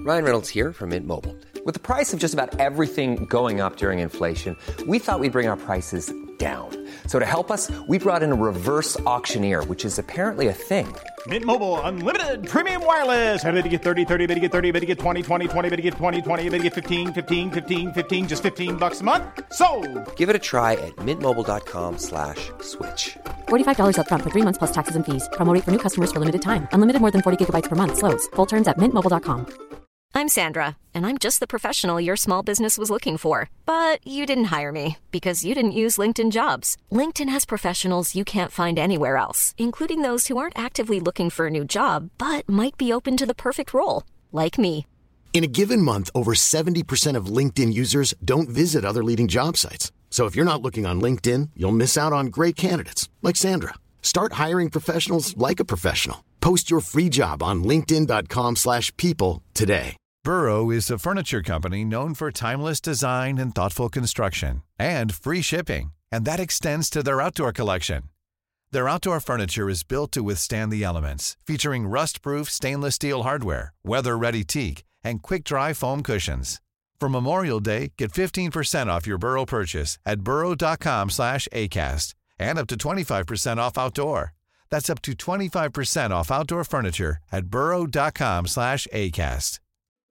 Ryan Reynolds here from Mint Mobile. With the price of just about everything going up during inflation, we thought we'd bring our prices down. So to help us, we brought in a reverse auctioneer, which is apparently a thing. Mint Mobile Unlimited Premium Wireless. How to get 30, 30, bit to get 30, bit to get 20, 20, 20, bit to get 20, 20, bit to get 15, 15, 15, 15, just $15 a month? Sold! Give it a try at mintmobile.com/switch. $45 up front for 3 months plus taxes and fees. Promo rate for new customers for limited time. Unlimited more than 40 gigabytes per month. Slows full terms at mintmobile.com. I'm Sandra, and I'm just the professional your small business was looking for. But you didn't hire me because you didn't use LinkedIn Jobs. LinkedIn has professionals you can't find anywhere else, including those who aren't actively looking for a new job, but might be open to the perfect role, like me. In a given month, over 70% of LinkedIn users don't visit other leading job sites. So if you're not looking on LinkedIn, you'll miss out on great candidates like Sandra. Start hiring professionals like a professional. Post your free job on linkedin.com/people today. Burrow is a furniture company known for timeless design and thoughtful construction and free shipping, and that extends to their outdoor collection. Their outdoor furniture is built to withstand the elements, featuring rust-proof stainless steel hardware, weather-ready teak, and quick-dry foam cushions. For Memorial Day, get 15% off your Burrow purchase at burrow.com/acast, and up to 25% off outdoor. That's up to 25% off outdoor furniture at burrow.com/acast.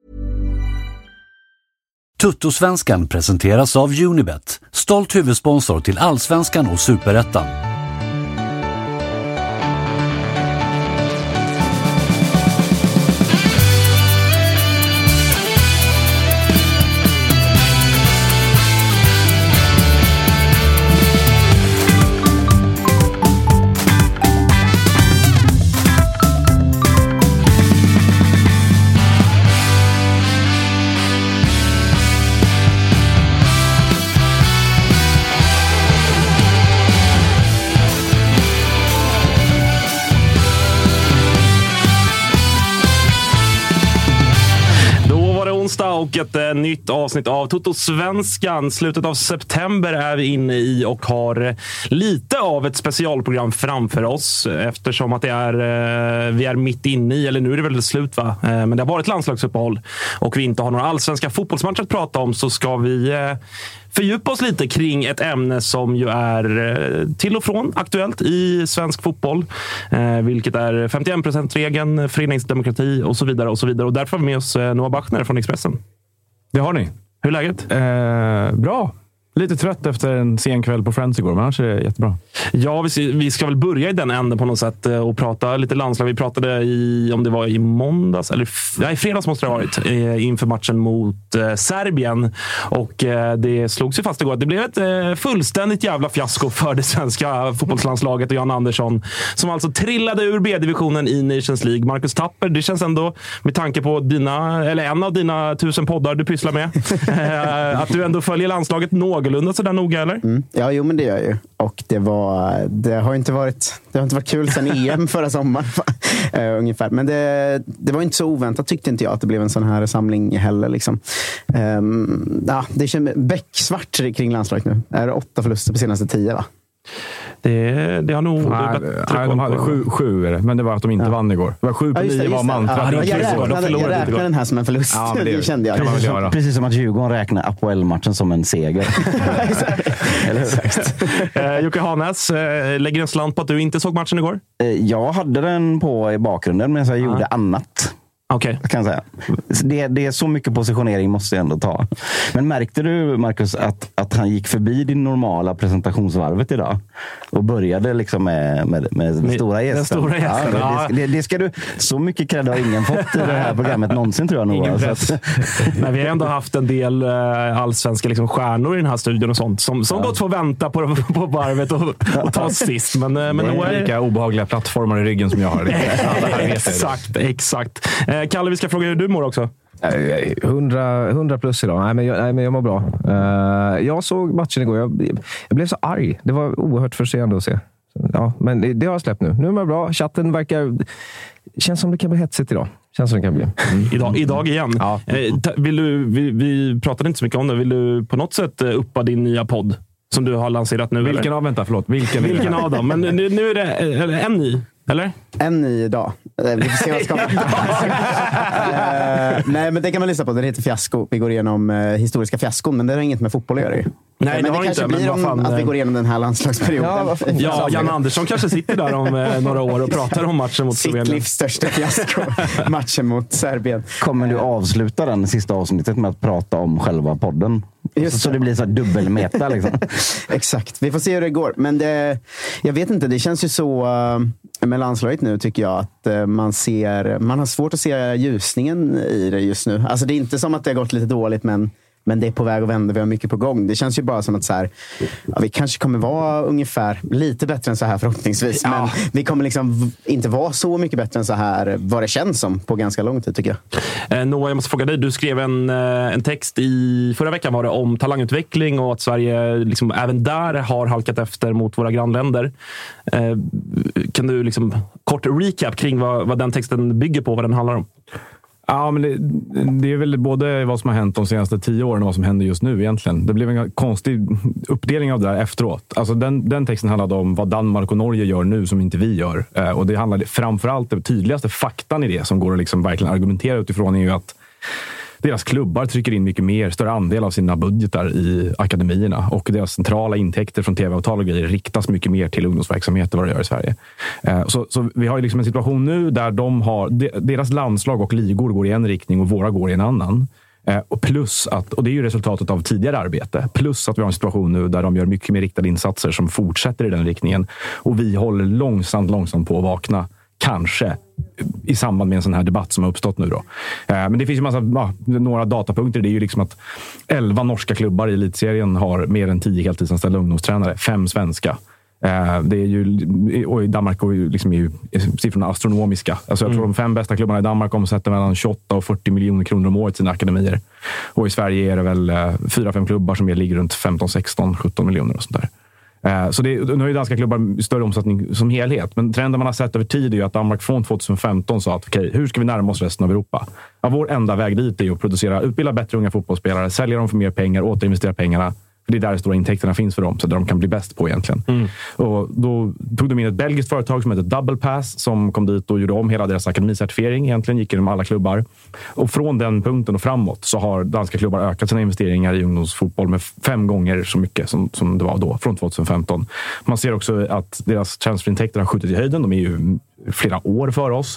Tuttosvenskan presenteras av Unibet, stolt huvudsponsor till Allsvenskan och Superettan. Och ett nytt avsnitt av Tuttosvenskan. Slutet av september är vi inne i och har lite av ett specialprogram framför oss eftersom att det är, vi är mitt inne i, eller nu är det väl slut va? Men det har varit landslagsuppehåll och vi inte har några allsvenska fotbollsmatcher att prata om, så ska vi fördjupa oss lite kring ett ämne som ju är till och från aktuellt i svensk fotboll, vilket är 51%-regeln, föreningsdemokrati och så vidare och så vidare. Och därför har vi med oss Noah Bachner från Expressen. Det har ni. Hur är läget? Bra. Lite trött efter en sen kväll på Friends igår, men annars är det jättebra. Ja, vi ska väl börja i den änden på något sätt och prata lite landslag. Vi pratade om det var i måndags, eller i fredags måste det ha varit, inför matchen mot Serbien. Och det slogs ju fast igår. Det blev ett fullständigt jävla fiasko för det svenska fotbollslandslaget och Jan Andersson, som alltså trillade ur B-divisionen i Nations League. Marcus Tapper, det känns ändå, med tanke på en av dina 1000 poddar du pysslar med, att du ändå följer landslaget någorlunda sådär noga, eller? Ja, jo, men det gör jag ju. Och det har inte varit kul sedan EM förra sommaren ungefär. Men det var inte så oväntat, tyckte inte jag, att det blev en sån här samling heller liksom. Det känns becksvart kring landslaget nu. Är det 8 förluster på senaste 10, va? Det har nog... Nej, de hade 7 är det, men det var att de inte vann igår. Det var 7 på 9 var mantra. Jag räknar den här som en förlust. Ja, det kände jag. Kan man väl göra. Precis som att Djurgården räknar Apoel-matchen som en seger. Exakt. Jocke Hanes, lägger en slant på att du inte såg matchen igår? Jag hade den på i bakgrunden, men jag gjorde annat. Okay. Kan säga. Det är så mycket positionering måste jag ändå ta. Men märkte du, Marcus, att han gick förbi din normala presentationsvarvet idag och började liksom med stora gästen? Den stora gästen. Ja, det ska du, så mycket cred har ingen fått i det här programmet någonsin, tror jag nog. Men vi har ändå haft en del allsvenska liksom stjärnor i den här studion och sånt som gått få vänta på varvet och ta sist. Men nog är lika obehagliga plattformar i ryggen som jag har. Exakt. Kalle, vi ska fråga hur du mår också. 100 plus idag. Nej, men jag mår bra. Jag såg matchen igår. Jag blev så arg. Det var oerhört frustrerande att se. Ja, men det har jag släppt nu. Nu är jag bra. Chatten känns som det kan bli hetsigt idag. Känns som det kan bli. Idag igen. Ja. Vi pratade inte så mycket om det. Vill du på något sätt uppa din nya podd som du har lanserat nu? Vilken av? Vänta, förlåt. Vilken av dem? Men nu är det en ny. Eller? En ny dag. Vi får se vad som kommer. Nej, men det kan man lyssna på. Den heter Fiasko. Vi går igenom historiska fiaskon, men det har inget med fotboll att göra ju. Nej, men det kanske inte, blir om att vi går igenom den här landslagsperioden. Ja, Jan Andersson kanske sitter där om några år och pratar om matchen mot Serbien. Sitt livs största fiasko. Matchen mot Serbien. Kommer du avsluta den sista avsnittet med att prata om själva podden? Så det blir så dubbelmeta liksom. Exakt. Vi får se hur det går. Men jag vet inte, det känns ju så med landslaget nu tycker jag att man har svårt att se ljusningen i det just nu. Alltså det är inte som att det har gått lite dåligt, men det är på väg att vända, vi har mycket på gång. Det känns ju bara som att så här, vi kanske kommer vara ungefär lite bättre än så här förhoppningsvis. Ja. Men vi kommer liksom inte vara så mycket bättre än så här vad det känns som på ganska lång tid tycker jag. Noah, jag måste fråga dig. Du skrev en text i förra veckan var det om talangutveckling och att Sverige liksom även där har halkat efter mot våra grannländer. Kan du liksom kort recap kring vad den texten bygger på, vad den handlar om? Ja, men det är väl både vad som har hänt de senaste 10 åren och vad som händer just nu egentligen. Det blev en konstig uppdelning av det där efteråt. Alltså den texten handlade om vad Danmark och Norge gör nu som inte vi gör. Och det handlade framförallt, det tydligaste faktan i det som går att liksom verkligen argumentera utifrån är ju att deras klubbar trycker in mycket mer, större andel av sina budgetar i akademierna och deras centrala intäkter från tv-avtal och grejer riktas mycket mer till ungdomsverksamhet än vad det gör i Sverige. Så vi har ju liksom en situation nu där deras landslag och ligor går i en riktning och våra går i en annan. Och det är ju resultatet av tidigare arbete. Plus att vi har en situation nu där de gör mycket mer riktade insatser som fortsätter i den riktningen. Och vi håller långsamt på att vakna. Kanske i samband med en sån här debatt som har uppstått nu då. Men det finns ju några datapunkter. Det är ju liksom att 11 norska klubbar i elitserien har mer än 10 heltidsanställda ungdomstränare. 5 svenska. Det är ju, och i Danmark är ju siffrorna astronomiska. Alltså jag tror de 5 bästa klubbarna i Danmark omsätter mellan 28 och 40 miljoner kronor om året i sina akademier. Och i Sverige är det väl 4-5 klubbar som ligger runt 15, 16, 17 miljoner och sånt där. Så nu har ju danska klubbar större omsättning som helhet. Men trenden man har sett över tid är ju att Danmark från 2015 sa att okej, hur ska vi närma oss resten av Europa? Ja, vår enda väg dit är ju att utbilda bättre unga fotbollsspelare, sälja dem för mer pengar, återinvestera pengarna. För det är där de stora intäkterna finns för dem, så där de kan bli bäst på egentligen. Och då tog de in ett belgiskt företag som heter Double Pass som kom dit och gjorde om hela deras akademicertifiering. Egentligen gick igenom alla klubbar. Och från den punkten och framåt så har danska klubbar ökat sina investeringar i ungdomsfotboll med 5 gånger så mycket som det var då, från 2015. Man ser också att deras transferintäkter har skjutit i höjden. De är ju flera år för oss.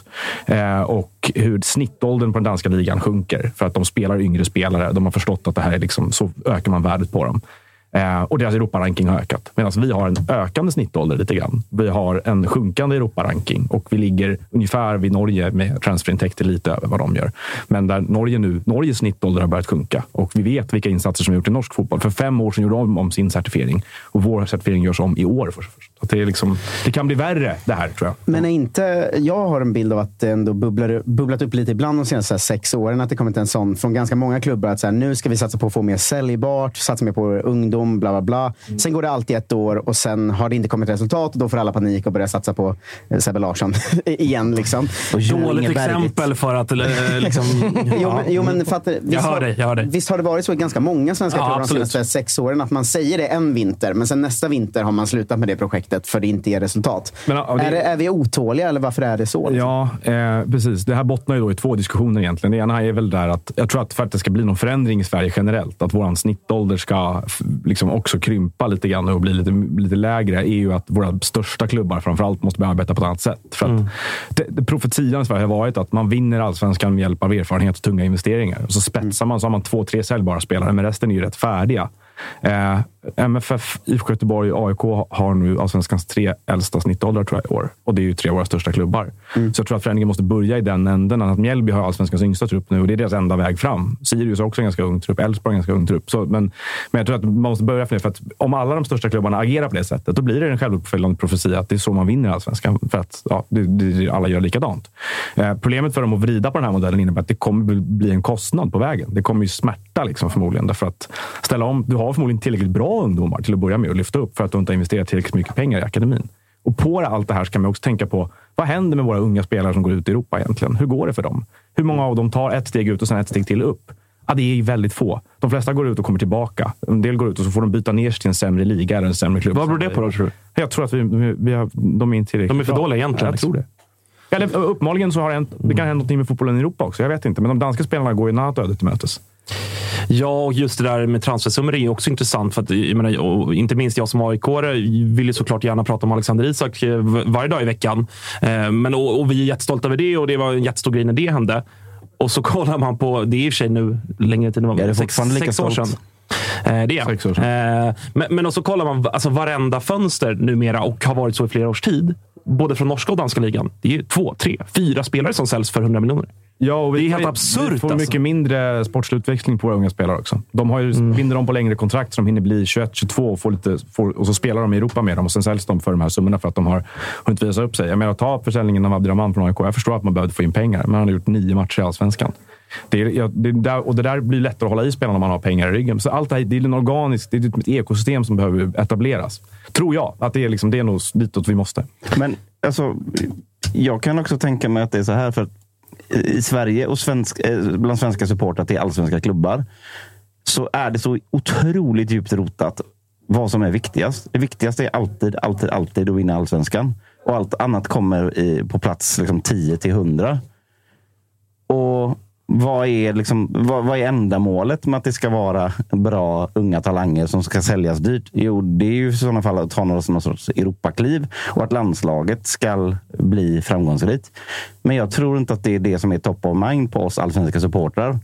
Och hur snittåldern på den danska ligan sjunker för att de spelar yngre spelare. De har förstått att det här är liksom, så ökar man värdet på dem. Och deras Europaranking har ökat. Medan vi har en ökande snittålder lite grann. Vi har en sjunkande Europaranking och vi ligger ungefär vid Norge med transferintäkter lite över vad de gör. Men där Norges snittålder har börjat sjunka och vi vet vilka insatser som har gjort i norsk fotboll. För 5 år sedan gjorde de om sin certifiering och vår certifiering görs om i år först. Att det är liksom, det kan bli värre det här tror jag. Men jag har en bild av att det ändå bubblat upp lite ibland de senaste 6 åren att det kommit en sån från ganska många klubbar att så här, nu ska vi satsa på att få mer säljbart, satsa mer på ungdom, bla bla bla. Sen går det alltid 1 år och sen har det inte kommit resultat och då får alla panik och börjar satsa på Sebbe Larsson igen liksom. Dåligt exempel för att liksom... jo, men jag hör dig. Visst har det varit så i ganska många svenska klubbar de senaste 6 åren att man säger det en vinter men sen nästa vinter har man slutat med det projektet för det inte ger resultat. Men, är vi otåliga eller varför är det så? Ja, precis. Det här bottnar ju då i 2 diskussioner egentligen. Det ena är väl där att jag tror att för att det ska bli någon förändring i Sverige generellt, att våran snittålder ska liksom också krympa lite grann och bli lite lägre, är ju att våra största klubbar framförallt måste börja arbeta på ett annat sätt. För att profetian i Sverige har varit att man vinner allsvenskan med hjälp av erfarenhet och tunga investeringar. Och så spetsar man, så har man 2-3 säljbara spelare, men resten är ju rätt färdiga. MFF, IFK Göteborg och AIK har nu allsvenskans 3 äldsta snittåldrar tror jag i år. Och det är ju 3 av våra största klubbar. Så jag tror att förändringen måste börja i den änden. Att Mjällby har allsvenskans yngsta trupp nu och det är deras enda väg fram. Sirius har också en ganska ung trupp. Elfsborg har en ganska ung trupp. Men jag tror att man måste börja för att om alla de största klubbarna agerar på det sättet, då blir det en självuppfyllande profetia att det är så man vinner allsvenskan. För att alla gör likadant. Problemet för dem att vrida på den här modellen innebär att det kommer bli en kostnad på vägen. Det kommer ju smärta liksom, förmodligen. Därför att ställa om, du har förmodligen tillräckligt bra ungdomar till att börja med och lyfta upp för att du inte har investerat tillräckligt mycket pengar i akademin. Och på allt det här ska man också tänka på vad händer med våra unga spelare som går ut i Europa egentligen? Hur går det för dem? Hur många av dem tar ett steg ut och sen ett steg till upp? Ja, det är ju väldigt få. De flesta går ut och kommer tillbaka. En del går ut och så får de byta ner sig till en sämre liga eller en sämre klubb. Vad beror det på då, tror du? Jag tror att de är inte tillräckligt. De är för dåliga egentligen. Jag tror det. Eller uppenbarligen så har det kan hända någonting med fotbollen i Europa också. Jag vet inte. Men de danska spelarna går ju ett annat öde till mötes. Ja, och just det där med transfersummor är också intressant. För att, jag menar, och inte minst jag som AIK-are vill ju såklart gärna prata om Alexander Isak varje dag i veckan. Och vi är jättestolta över det och det var en jättestor grej när det hände. Och så kollar man på, det är i och för sig nu längre tid, det var 6 år sedan. Det är 6 år sedan. Men och så kollar man alltså varenda fönster numera och har varit så i flera års tid. Både från norska och danska ligan. Det är 2, 3, 4 spelare som säljs för 100 miljoner. Ja, och det är helt absurt. Vi får mycket mindre sportslig utväxling på våra unga spelare också. De har ju binder dem på längre kontrakt så de hinner bli 21-22 och så spelar de i Europa med dem och sen säljs de för de här summorna för att de har inte visat upp sig. Jag menar, ta försäljningen av Abdirahman från AIK. Jag förstår att man behövde få in pengar, men han har gjort 9 matcher i Allsvenskan. Det där blir lättare att hålla i spelarna om man har pengar i ryggen. Så allt det här, det är en organisk, det är ett ekosystem som behöver etableras. Tror jag att det är nog ditåt vi måste. Men alltså, jag kan också tänka mig att det är så här, för i Sverige och bland svenska supportrar till allsvenska klubbar så är det så otroligt djupt rotat vad som är viktigast. Det viktigaste är alltid att vinna allsvenskan. Och allt annat kommer på plats liksom 10-100. Och vad är ändamålet med att det ska vara bra unga talanger som ska säljas dyrt? Jo, det är ju i sådana fall att ta någon sorts Europakliv och att landslaget ska bli framgångsrikt. Men jag tror inte att det är det som är top of mind på oss allsvenska supportrar.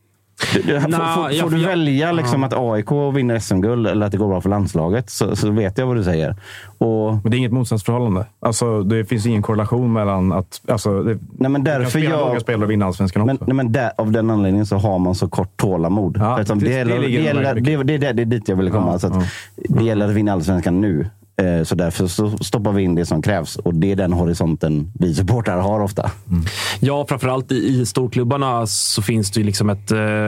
Får du välja att AIK vinner SM-guld eller att det går bra för landslaget, så vet jag vad du säger. Men det är inget motsatsförhållande. Alltså, det finns ingen korrelation mellan att... Nej, men därför jag spelare vinna allsvenskan också. Men av den anledningen så har man så kort tålamod. Ja, det är dit jag vill komma. Ja, så att det gäller att vinna allsvenskan nu. Så därför så stoppar vi in det som krävs. Och det är den horisonten vi supportrar har ofta. Ja, framförallt i storklubbarna så finns det ju liksom ett...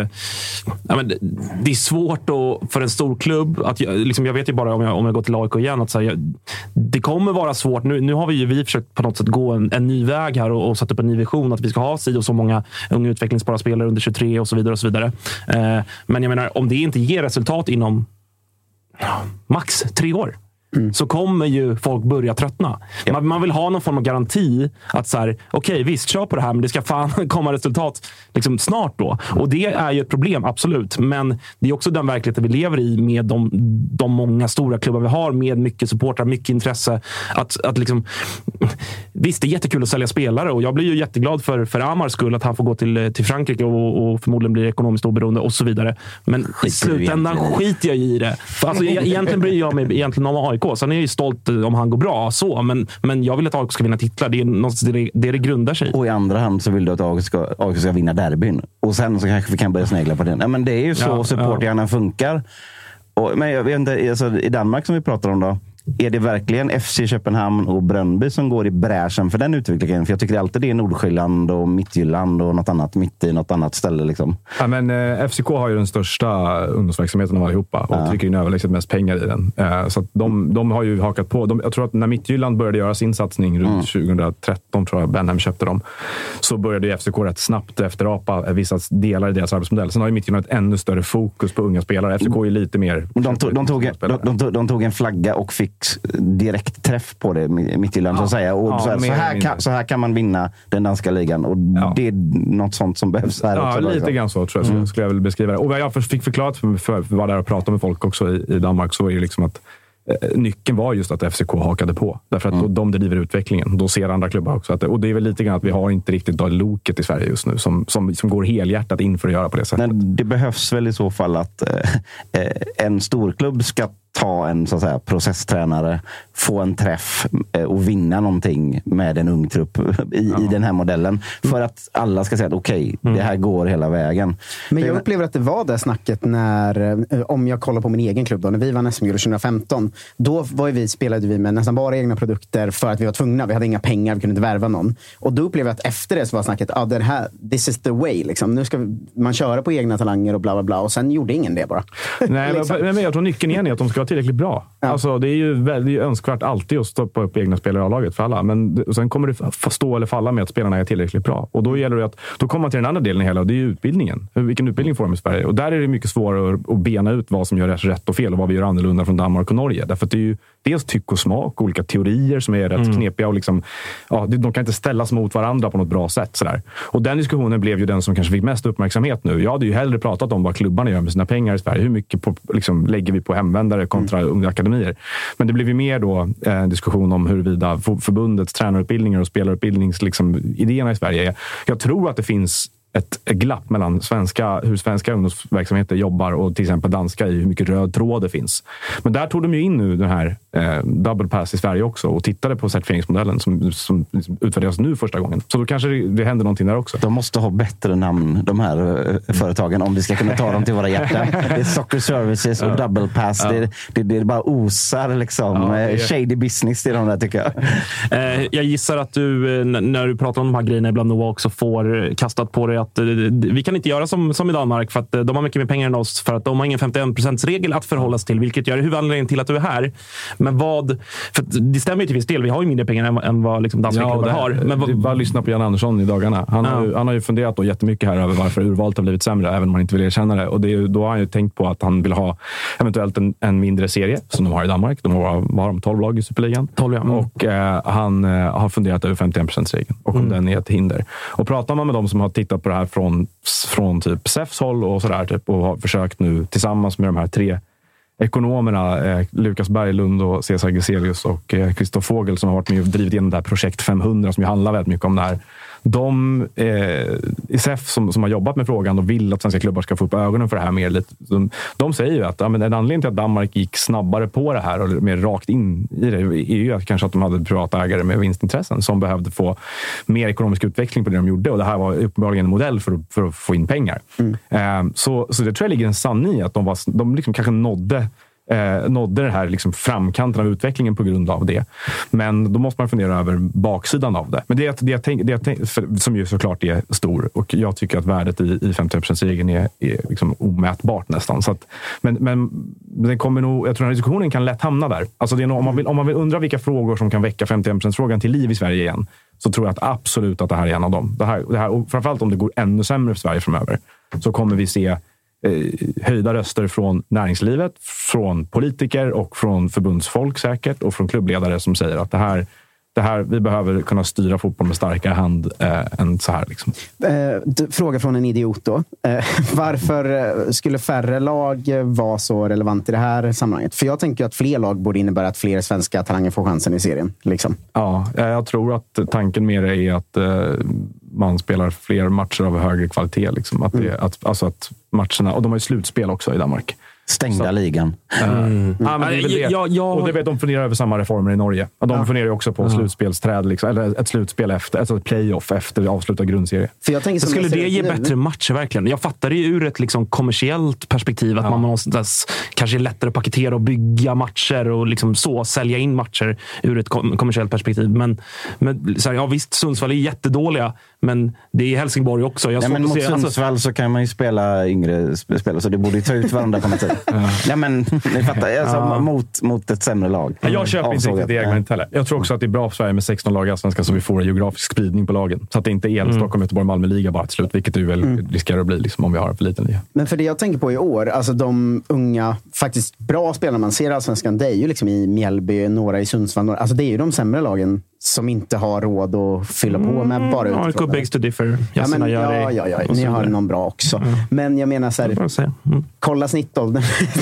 det är svårt för en storklubb att... jag vet ju bara om jag går till AIK igen att säga, det kommer vara svårt. Nu har vi försökt på något sätt gå en ny väg här och sätta upp en ny vision att vi ska ha så många unga utvecklingsbara spelare under 23 och så vidare och så vidare. Men jag menar, om det inte ger resultat inom max 3 år så kommer ju folk börja tröttna. Man vill ha någon form av garanti att så här, okej, visst, kör på det här, men det ska fan komma resultat snart då. Och det är ju ett problem, absolut. Men det är också den verkligheten vi lever i med de många stora klubbar vi har, med mycket supportrar, mycket intresse. Att visst, det är jättekul att sälja spelare och jag blir ju jätteglad för Amars skull att han får gå till Frankrike och förmodligen blir ekonomiskt oberoende och så vidare. Men i slutändan skiter jag i det. Alltså, egentligen bryr jag mig om AIK. Sen är jag ju stolt om han går bra, men jag vill att AIK ska vinna titlar. Det är något det grundar sig. Och i andra hand så vill du att AIK ska vinna derbyn. Och sen så kanske vi kan börja snegla på den. Ja, men det är ju så supporterna funkar. Men jag vet inte, alltså, i Danmark som vi pratar om då, är det verkligen FC Köpenhamn och Brøndby som går i bräschen för den utvecklingen? För jag tycker alltid det är Nordsjälland och Midtjylland och något annat mitt i något annat ställe liksom. Ja, men FCK har ju den största ungdomsverksamheten av allihopa och trycker in överlägset mest pengar i den. Så att de har ju hakat på. Jag tror att när Midtjylland började göra sin satsning runt 2013, tror jag Benham köpte dem, så började ju FCK rätt snabbt efterapa vissa delar i deras arbetsmodell. Sen har ju Midtjylland ett ännu större fokus på unga spelare. FCK är lite mer... De tog en flagga och fick direkt träff på det Midtjylland så att säga. Och så här kan man vinna den danska ligan och det är något sånt som behövs här också. Ja, lite grann så tror jag. Skulle jag väl beskriva det. Och vad jag fick förklarat för var där och prata med folk också i Danmark, så är det liksom att nyckeln var just att FCK hakade på. Därför att de driver utvecklingen. Då ser andra klubbar också. Och det är väl lite grann att vi har inte riktigt loket i Sverige just nu som går helhjärtat in för att göra på det sättet. Men det behövs väl i så fall att en storklubb ska ta en så att säga processtränare, få en träff och vinna någonting med en ung trupp i den här modellen. För att alla ska säga att okej, det här går hela vägen. Men jag upplever att det var det snacket när, om jag kollar på min egen klubb då, när vi vann SM-guld 2015, då spelade vi med nästan bara egna produkter för att vi var tvungna. Vi hade inga pengar, vi kunde inte värva någon. Och då upplevde jag att efter det så var snacket, det här, this is the way. Liksom. Nu ska man köra på egna talanger och bla bla bla. Och sen gjorde ingen det bara. Nej, liksom. Men jag tror nyckeln igen är att de ska vara tillräckligt bra. Alltså, det är ju väldigt önskvärt alltid att stoppa upp egna spelare i laget för alla. Men sen kommer det få stå eller falla med att spelarna är tillräckligt bra. Och då gäller det att då kommer man till den andra delen i hela, och det är ju utbildningen. Vilken utbildning får de i Sverige? Och där är det mycket svårare att bena ut vad som gör rätt och fel och vad vi gör annorlunda från Danmark och Norge. Därför att det är ju dels tyck och smak, olika teorier som är rätt knepiga och liksom, de kan inte ställas mot varandra på något bra sätt. Sådär. Och den diskussionen blev ju den som kanske fick mest uppmärksamhet nu. Jag hade ju hellre pratat om vad klubbarna gör med sina pengar i Sverige. Hur mycket liksom, lägger vi på hemvändare kontra unga akademier. Men det blev ju mer då en diskussion om huruvida förbundets tränarutbildningar och spelarutbildnings liksom, idéerna i Sverige är. Jag tror att det finns ett glapp mellan hur svenska ungdomsverksamheter jobbar och till exempel danska i hur mycket röd tråd det finns. Men där tog de ju in nu den här double pass i Sverige också och tittade på certifieringsmodellen som utvärderas nu första gången. Så då kanske det händer någonting där också. De måste ha bättre namn, de här företagen, om vi ska kunna ta dem till våra hjärtan. Det är Soccer Services och double pass. Det är bara osar liksom. Shady business i de där, tycker jag. Jag gissar att du, när du pratar om de här grejerna, ibland nog också får kastat på dig att vi kan inte göra som i Danmark för att de har mycket mer pengar än oss, för att de har ingen 51%-regel att förhålla sig till, vilket gör huvudanledningen till att du är här. Men för det stämmer ju till viss del, vi har ju mindre pengar än vad liksom danska klubbar har. Men det är bara att lyssna på Jan Andersson i dagarna. Han har ju funderat då jättemycket här över varför urvalet har blivit sämre, även om man inte vill erkänna det. Och då har han ju tänkt på att han vill ha eventuellt en mindre serie som de har i Danmark. De har 12 lag i Superligan. 12, ja. Och han har funderat över 51%-regeln och om den är ett hinder. Och pratar man med dem som har tittat på det här från typ SEFs håll och sådär typ, och har försökt nu tillsammans med de här 3 ekonomerna, Lukas Berglund och Cesar Geselius och Christoph Fogel, som har varit med och drivit igenom det här projekt 500 som ju handlar väldigt mycket om det här. De i SEF som har jobbat med frågan och vill att svenska klubbar ska få upp ögonen för det här mer lite. De säger ju att en anledning till att Danmark gick snabbare på det här och mer rakt in i det är ju att kanske att de hade privata ägare med vinstintressen som behövde få mer ekonomisk utveckling på det de gjorde, och det här var uppenbarligen en modell för att få in pengar. Så det tror jag ligger en sanning i att de liksom kanske nådde det här liksom framkanten av utvecklingen på grund av det. Men då måste man fundera över baksidan av det. Men det jag tänker, som ju såklart är stor, och jag tycker att värdet i 50%-regeln är liksom omätbart nästan. Så att, men den kommer nog, jag tror att diskussionen kan lätt hamna där. Alltså det är nog, om man vill undra vilka frågor som kan väcka 51%-frågan till liv i Sverige igen, så tror jag att absolut att det här är en av dem. Det här, och framförallt om det går ännu sämre för Sverige framöver, så kommer vi se höjda röster från näringslivet, från politiker och från förbundsfolk säkert, och från klubbledare som säger att det här vi behöver kunna styra fotboll med starkare hand än så här. Liksom. Fråga från en idiot då. Varför skulle färre lag vara så relevant i det här sammanhanget? För jag tänker att fler lag borde innebära att fler svenska talanger får chansen i serien. Liksom. Ja, jag tror att tanken med det är att man spelar fler matcher av högre kvalitet. Liksom. Att matcherna, och de har ju slutspel också i Danmark. Stängda ligan. Men det är väl det. Och det vet de funderar över samma reformer i Norge. De funderar ju också på slutspelsträd, liksom, eller ett slutspel efter, alltså ett playoff efter avslutad grundserie. För jag tänker, skulle det ge bättre matcher verkligen? Jag fattar det ur ett liksom kommersiellt perspektiv att man någonstans kanske är lättare att paketera och bygga matcher och liksom så sälja in matcher ur ett kommersiellt perspektiv. Men så här, ja visst, Sundsvall är jättedåliga, men det är Helsingborg också. Men mot Sundsvall så kan man ju spela yngre spelare, så det borde ju ta ut varandra på något sätt. Ja, men ni fattar, alltså, mot ett sämre lag. Jag köper inte riktigt det argumentet heller. Jag tror också att det är bra för Sverige med 16 lag i Allsvenskan, så vi får en geografisk spridning på lagen. Så att det inte är Stockholm, Göteborg, Malmö-liga bara till slut, vilket det väl riskerar att bli liksom, om vi har en för liten liga. Men för det jag tänker på i år, alltså de unga, faktiskt bra spelare man ser i Allsvenskan, det är ju liksom i Mjällby, några i Sundsvall, alltså det är ju de sämre lagen som inte har råd att fylla på med bara utifrån. AIK begs to differ. Ja, ni har någon bra också. Men jag menar så här, kolla snittåldern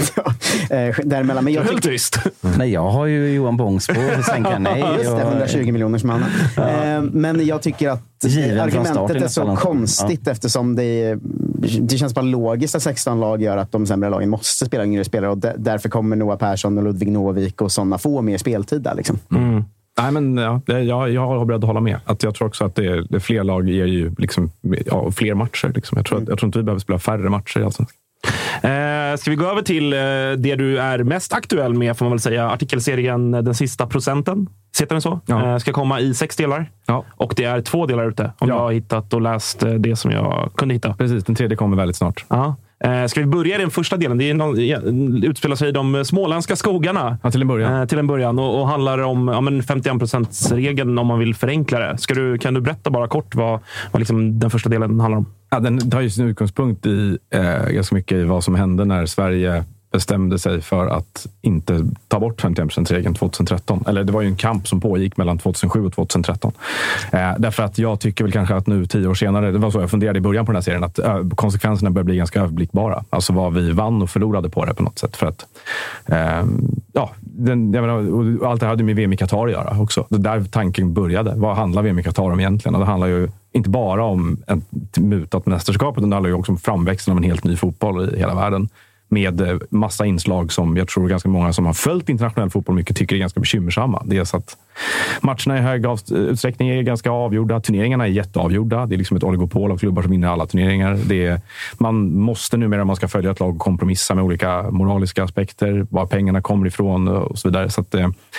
däremellan. Men jag helt trist. Nej, jag har ju Johan Bångs på sänka. Nej, just det, 120 miljoners man. Men jag tycker att argumentet är så konstigt eftersom det känns bara logiskt att 16 lag gör att de sämre lagen måste spela yngre spelare, och därför kommer Noah Persson och Ludvig Novik och sådana få mer speltid där liksom. Nej, men jag har beredd att hålla med. Att jag tror också att det fler lag ger ju liksom, fler matcher. Liksom. Jag tror inte vi behöver spela färre matcher i Allsvenskan. Ska vi gå över till det du är mest aktuell med, får man väl säga, artikelserien Den sista procenten. Heter den så? Ja. Ska komma i 6 delar. Ja. Och det är 2 delar ute. Om jag har hittat och läst det som jag kunde hitta. Precis, den 3:e kommer väldigt snart. Ja. Ska vi börja i den första delen? Det är utspelar sig i de småländska skogarna. Ja, till en början. Och handlar om 51%-regeln om man vill förenkla det. Kan du berätta bara kort vad liksom den första delen handlar om? Ja, den tar ju sin utgångspunkt i ganska mycket i vad som hände när Sverige bestämde sig för att inte ta bort 51%-regeln 2013. Eller det var ju en kamp som pågick mellan 2007 och 2013. Därför att jag tycker väl kanske att nu 10 år senare, det var så jag funderade i början på den här serien, att konsekvenserna börjar bli ganska överblickbara. Alltså vad vi vann och förlorade på det på något sätt. För att allt det hade med VM i Qatar att göra också. Det där tanken började. Vad handlar VM i Qatar om egentligen? Och det handlar ju inte bara om ett mutat mästerskap, utan det handlar ju också om framväxten av en helt ny fotboll i hela världen. Med massa inslag som jag tror ganska många som har följt internationell fotboll mycket tycker är ganska bekymmersamma. Dels att matcherna i hög utsträckning är ganska avgjorda. Turneringarna är jätteavgjorda. Det är liksom ett oligopol av klubbar som vinner alla turneringar. Man måste numera, om man ska följa ett lag, kompromissa med olika moraliska aspekter. Var pengarna kommer ifrån och så vidare. Så att,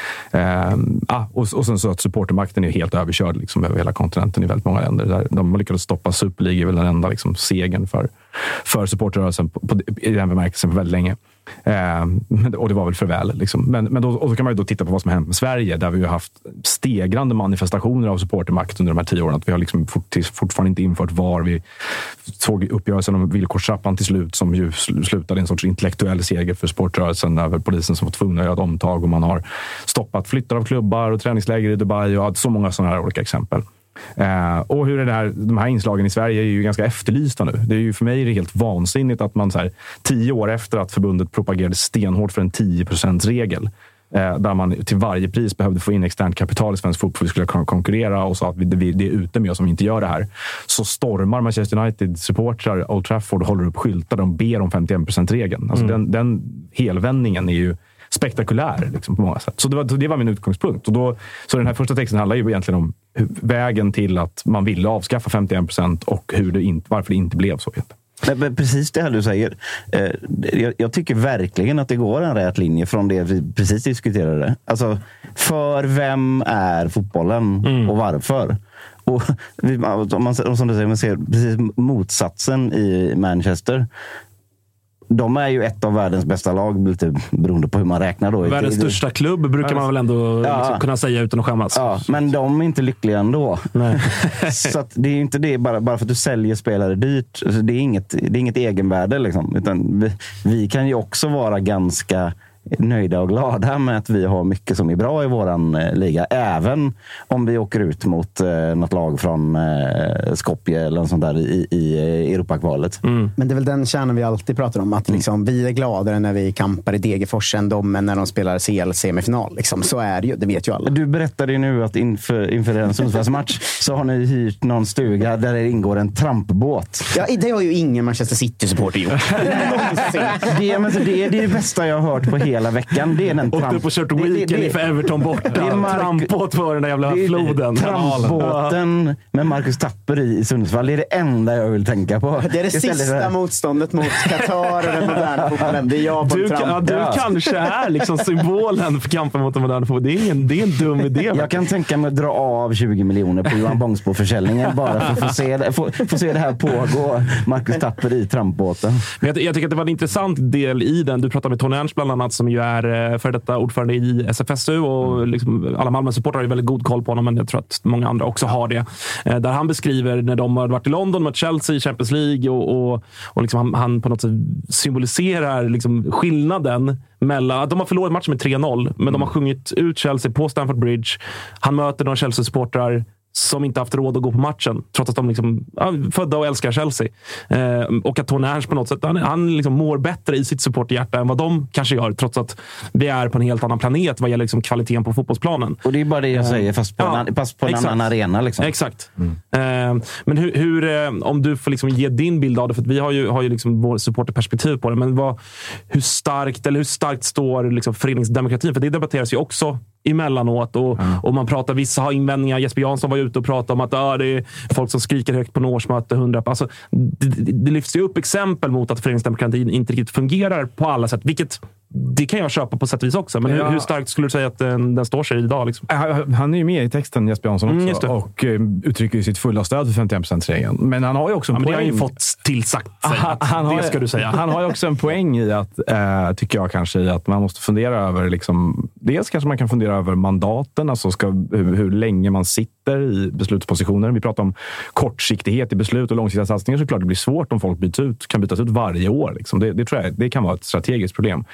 och sen så att supportermakten är helt överkörd liksom över hela kontinenten i väldigt många länder. Där de har lyckats stoppa Superliga är väl den enda liksom segern för supporterrörelsen i den bemärkelsen för väldigt länge. Och det var väl för väl. Liksom. Men då kan man ju då titta på vad som har hänt med Sverige, där vi har haft stegrande manifestationer av supportermakt under de här 10 åren. Att vi har liksom fortfarande inte infört VAR. Vi såg uppgörelsen om villkorstrappan till slut, som ju slutade en sorts intellektuell seger för sportrörelsen över polisen som var tvungna att göra ett omtag, och man har stoppat flyttar av klubbar och träningsläger i Dubai och så många sådana här olika exempel. Och hur de här inslagen i Sverige är ju ganska efterlysta nu. Det är ju, för mig är det helt vansinnigt att man så här, 10 år efter att förbundet propagerade stenhårt för en 10%-regel, där man till varje pris behövde få in externt kapital i svensk fotboll för att vi skulle kunna konkurrera, och sa att det är ute med oss om vi inte gör det här, så stormar Manchester United-supportrar Old Trafford och håller upp skyltar och ber om 51%-regeln. Alltså den helvändningen är ju spektakulär liksom, på många sätt. Så det var min utgångspunkt. Så den här första texten handlar ju egentligen om vägen till att man ville avskaffa 51% och varför det inte blev så. Men precis det här du säger. Jag tycker verkligen att det går en rät linje från det vi precis diskuterade. Alltså, för vem är fotbollen och varför? Och som du säger, man ser precis motsatsen i Manchester. De är ju ett av världens bästa lag, lite beroende på hur man räknar då. Världens största klubb brukar man väl ändå liksom kunna säga utan att skämmas. Ja, men de är inte lyckliga ändå. Nej. Så att det är ju inte det, bara för att du säljer spelare dyrt. Alltså det är inget egenvärde liksom. Utan vi kan ju också vara ganska nöjda och glada med att vi har mycket som är bra i våran liga, även om vi åker ut mot något lag från Skopje eller något sånt där i Europakvalet. Men det är väl den kärnan vi alltid pratar om, att liksom, vi är gladare när vi kampar i Degerfors än de när de spelar CL-semifinal. Liksom. Så är det ju, det vet ju alla. Du berättade ju nu att inför en Sundsvallsmatch så har ni hyrt någon stuga där det ingår en trampbåt. Ja, det har ju ingen Manchester City-supporter gjort. Det är det bästa jag har hört på hela veckan. Det är en åkte upp och kört weekend för Everton borta. Trampbåt för den där jävla floden. Trampbåten med Marcus Tapper i Sundsvall. Det är det enda jag vill tänka på. Det är det sista motståndet mot Qatar och den moderna fotbollen. Det är jag på du kanske är liksom symbolen för kampen mot den moderna fotbollen. Det är en dum idé. Jag kan tänka mig att dra av 20 miljoner på Johan Bångsbo-försäljningen bara för att få se det här pågå. Marcus Tapper i trampbåten. Men jag tycker att det var en intressant del i den. Du pratade med Tony Ernst bland annat, som ju är för detta ordförande i SFSU, och liksom alla Malmö-supportrar har ju väldigt god koll på honom, men jag tror att många andra också har det. Där han beskriver när de har varit i London med Chelsea i Champions League och liksom han på något sätt symboliserar liksom skillnaden mellan att de har förlorat matchen med 3-0, men de har sjungit ut Chelsea på Stamford Bridge. Han möter några Chelsea-supportrar som inte haft råd att gå på matchen, trots att de liksom födda och älskar Chelsea. Och att Tony Ernst på något sätt, han liksom mår bättre i sitt supporthjärta än vad de kanske gör, trots att vi är på en helt annan planet vad gäller liksom kvaliteten på fotbollsplanen. Och det är bara det jag säger, fast på en annan arena. Liksom. Exakt. Men hur om du får liksom ge din bild av det, för att vi har ju liksom vår supporterperspektiv på det, men hur starkt står liksom föreningsdemokratin? För det debatteras ju också emellanåt, och man pratar, vissa har invändningar. Jesper Jansson var ute och pratade om att det är folk som skriker högt på en årsmöte 100. Alltså, det lyfts ju upp exempel mot att föreningsdemokratin inte riktigt fungerar på alla sätt, vilket det kan jag köpa på sätt och vis också. Men hur starkt skulle du säga att den står sig idag? Liksom? Han är ju med i texten, Jesper Jansson också. Och uttrycker ju sitt fulla stöd för 51%-regeln. Men han har ju också en poäng. Det har ju fått tillsagt sig. Det ska du säga. Han har ju också en poäng i att, tycker jag kanske, i att man måste fundera över, liksom, dels kanske man kan fundera över mandaten, alltså hur länge man sitter i beslutspositioner. Vi pratar om kortsiktighet i beslut och långsiktiga satsningar, så klart det blir svårt om folk kan bytas ut varje år. Liksom. Det tror jag det kan vara ett strategiskt problem.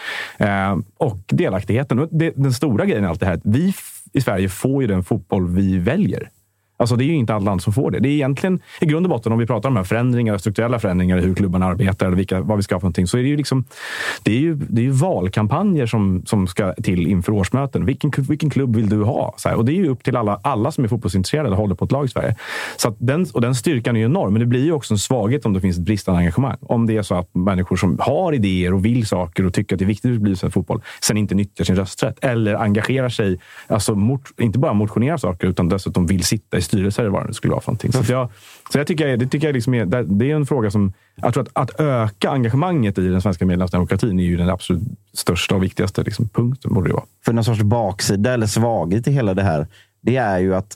Och delaktigheten. Den stora grejen är allt det här att vi i Sverige får ju den fotboll vi väljer. Alltså det är ju inte alla land som får det. Det är egentligen i grund och botten, om vi pratar om de här förändringar, strukturella förändringar i hur klubbarna arbetar eller vad vi ska ha för någonting, så är det ju liksom det är ju valkampanjer som ska till inför årsmöten. Vilken klubb vill du ha? Så här, och det är ju upp till alla som är fotbollsintresserade och håller på ett lag i Sverige. Så att den styrkan är ju enorm, men det blir ju också en svaghet om det finns ett bristande engagemang. Om det är så att människor som har idéer och vill saker och tycker att det är viktigt att bli en fotboll sen inte nyttjar sin rösträtt eller engagerar sig, alltså inte bara motionerar saker utan dessutom vill sitta i styrelser eller vad det skulle vara för någonting. Så jag tycker liksom det är en fråga som jag tror att öka engagemanget i den svenska medlemsdemokratin är ju den absolut största och viktigaste liksom, punkten borde det vara. För någon sorts baksida eller svaghet i hela det här, det är ju att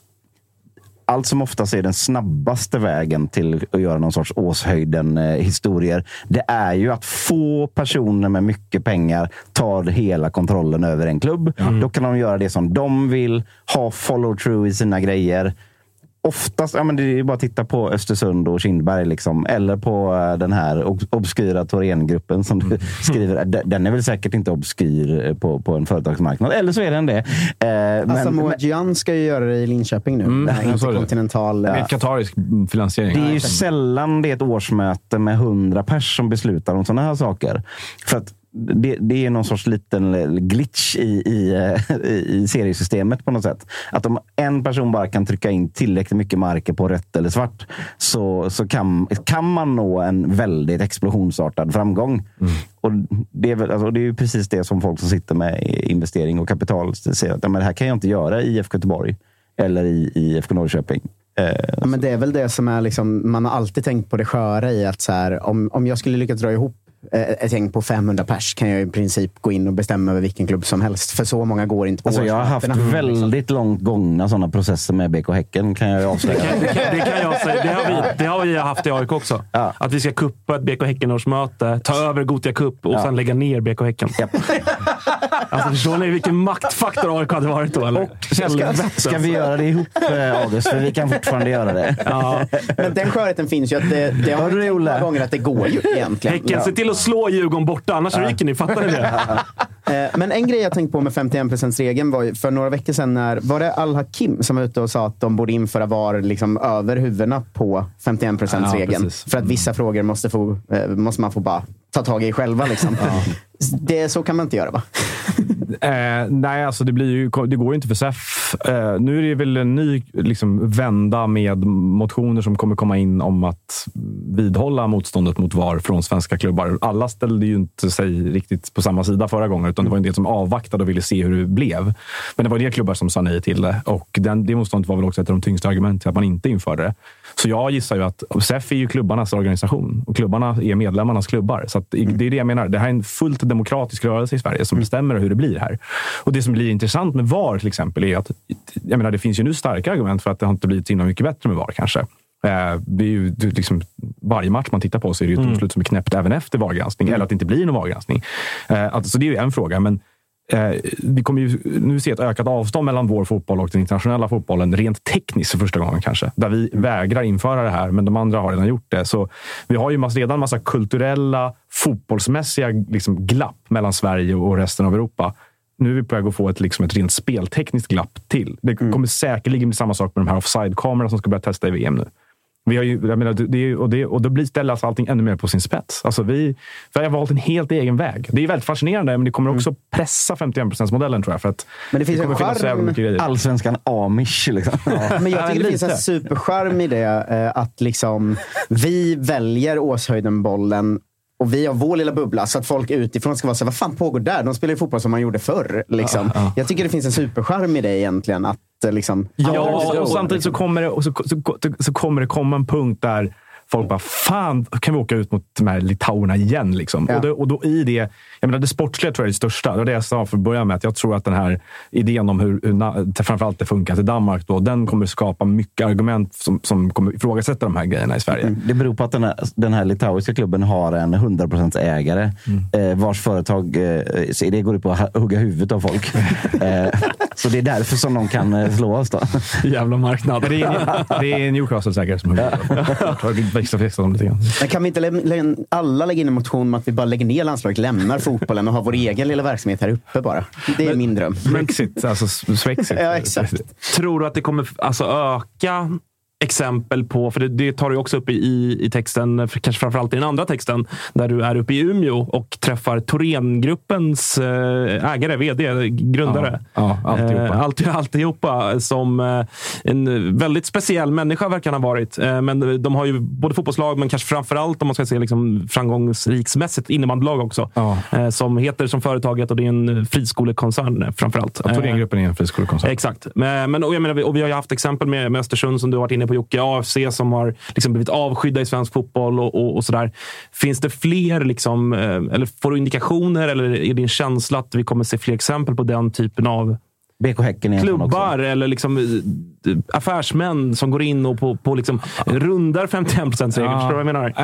allt som oftast är den snabbaste vägen till att göra någon sorts Åshöjden-historier. Det är ju att få personer med mycket pengar tar hela kontrollen över en klubb. Då kan de göra det som de vill, ha follow-through i sina grejer. Oftast, det är bara att titta på Östersund och Kindberg liksom, eller på den här obskyra Thorengruppen som du skriver. Den är väl säkert inte obskyr på en företagsmarknad, eller så är den det. Asamoah Gyan ska ju göra det i Linköping nu. Det här interkontinental... Med katarisk finansiering. Det är ju sällan det är ett årsmöte med 100 pers som beslutar om sådana här saker. För att det är någon sorts liten glitch i seriesystemet på något sätt. Att om en person bara kan trycka in tillräckligt mycket marker på rött eller svart så kan man nå en väldigt explosionsartad framgång. Och det är ju precis det som folk som sitter med investering och kapital säger att det här kan jag inte göra i IFK Göteborg eller i IFK Norrköping. Men det är väl det som är liksom, man har alltid tänkt på det sköra i att så här, om jag skulle lyckas dra ihop ett gäng på 500 pers kan jag i princip gå in och bestämma över vilken klubb som helst. För så många går inte på jag har haft väldigt långt gångna sådana processer med BK Häcken, kan jag ju avslöja. Det kan jag säga. Det har vi haft i AIK också. Ja. Att vi ska kuppa ett BK Häcken-årsmöte, ta över Gothia Cup och sen lägga ner BK Häcken. Yep. Alltså förstår ni vilken maktfaktor AIK hade varit då? Eller? Och ska vi göra det ihop, August? För vi kan fortfarande göra det. Ja. Men den skörheten finns ju att det har ju många gånger att det går ju egentligen. Häcken, se till att slå Djurgården borta, annars ryker ni, fattar ni det? Men en grej jag tänkte på med 51%-regeln var ju för några veckor sedan var det Al-Hakim som var ute och sa att de borde införa VAR liksom över huvudena på 51%-regeln. För att vissa frågor måste man få bara ta tag i själva liksom. Så kan man inte göra, va? Nej, alltså det går ju inte för SEF. Nu är det väl en ny liksom, vända med motioner som kommer komma in om att vidhålla motståndet mot VAR från svenska klubbar. Alla ställde ju inte sig riktigt på samma sida förra gången, utan det var en del som avvaktade och ville se hur det blev. Men det var det klubbar som sa nej till det, och det motståndet var väl också ett av de tyngsta argumenten till att man inte införde det. Så jag gissar ju att SEF är ju klubbarnas organisation och klubbarna är medlemmarnas klubbar. Så att det är det jag menar. Det här är en fullt demokratisk rörelse i Sverige som bestämmer hur det blir här. Och det som blir intressant med VAR till exempel är att det finns ju nu starka argument för att det har inte blivit så mycket bättre med VAR kanske. Det är ju liksom, varje match man tittar på så är det ju ett domslut som är knäppt även efter VAR-granskning, eller att det inte blir någon VAR-granskning. Så det är ju en fråga, men vi kommer ju nu se ett ökat avstånd mellan vår fotboll och den internationella fotbollen rent tekniskt för första gången kanske, där vi vägrar införa det här, men de andra har redan gjort det. Så vi har ju redan massa kulturella, fotbollsmässiga liksom glapp mellan Sverige och resten av Europa. Nu är vi på väg att få ett rent speltekniskt glapp till. Det kommer säkerligen bli samma sak med de här offside-kamerorna som ska börja testa i VM nu. Vi har ju, och då ställas allting ännu mer på sin spets. Alltså vi har valt en helt egen väg. Det är väldigt fascinerande, men det kommer också pressa 51%-modellen, tror jag. För att men det finns en charm. Allsvenskan Amish. Liksom. Ja. Men jag tycker det finns en supercharm i det. Att liksom, vi väljer Åshöjden-bollen och vi har vår lilla bubbla, så att folk utifrån ska vara så här, vad fan pågår där? De spelar ju fotboll som man gjorde förr. Liksom. Jag tycker det finns en supercharm i det egentligen. Att, liksom, och samtidigt så kommer det komma en punkt där folk bara, fan, kan vi åka ut mot de här litauerna igen? Liksom. Ja. Och då i det, jag menar, det sportsliga tror jag är det största. Det var det jag sa för att börja med, att jag tror att den här idén om hur framförallt det funkar till Danmark då, den kommer skapa mycket argument som kommer ifrågasätta de här grejerna i Sverige. Det beror på att den här litauiska klubben har en 100% ägare vars företag det går ut på att hugga huvudet av folk. Så det är därför som de kan slå oss då. Jävla marknad. Det är Newcastle säkert som Men kan vi inte alla lägga in en motion om att vi bara lägger ner landslaget, lämnar fotbollen och har vår egen lilla verksamhet här uppe bara? Det är min dröm. Brexit, alltså Swexit. Ja, exakt. Tror du att det kommer öka exempel på, för det tar du också upp i texten, kanske framförallt i den andra texten, där du är uppe i Umeå och träffar Thorengruppens ägare, vd, grundare. Ja, alltihopa som en väldigt speciell människa verkar han ha varit. Men de har ju både fotbollslag, men kanske framförallt, om man ska se liksom framgångsriksmässigt, innebandylag också. Som heter som företaget, och det är en friskolekoncern framförallt. Thorengruppen är en friskolekoncern. Exakt. Och vi har ju haft exempel med Östersund som du har varit inne på, Jocke, AFC som har liksom blivit avskydda i svensk fotboll och sådär. Finns det fler liksom, eller får du indikationer, eller är det en känsla att vi kommer se fler exempel på den typen av BK Häcken klubbar eller liksom affärsmän som går in och på liksom rundar 51%-regeln? Förstår du vad jag menar?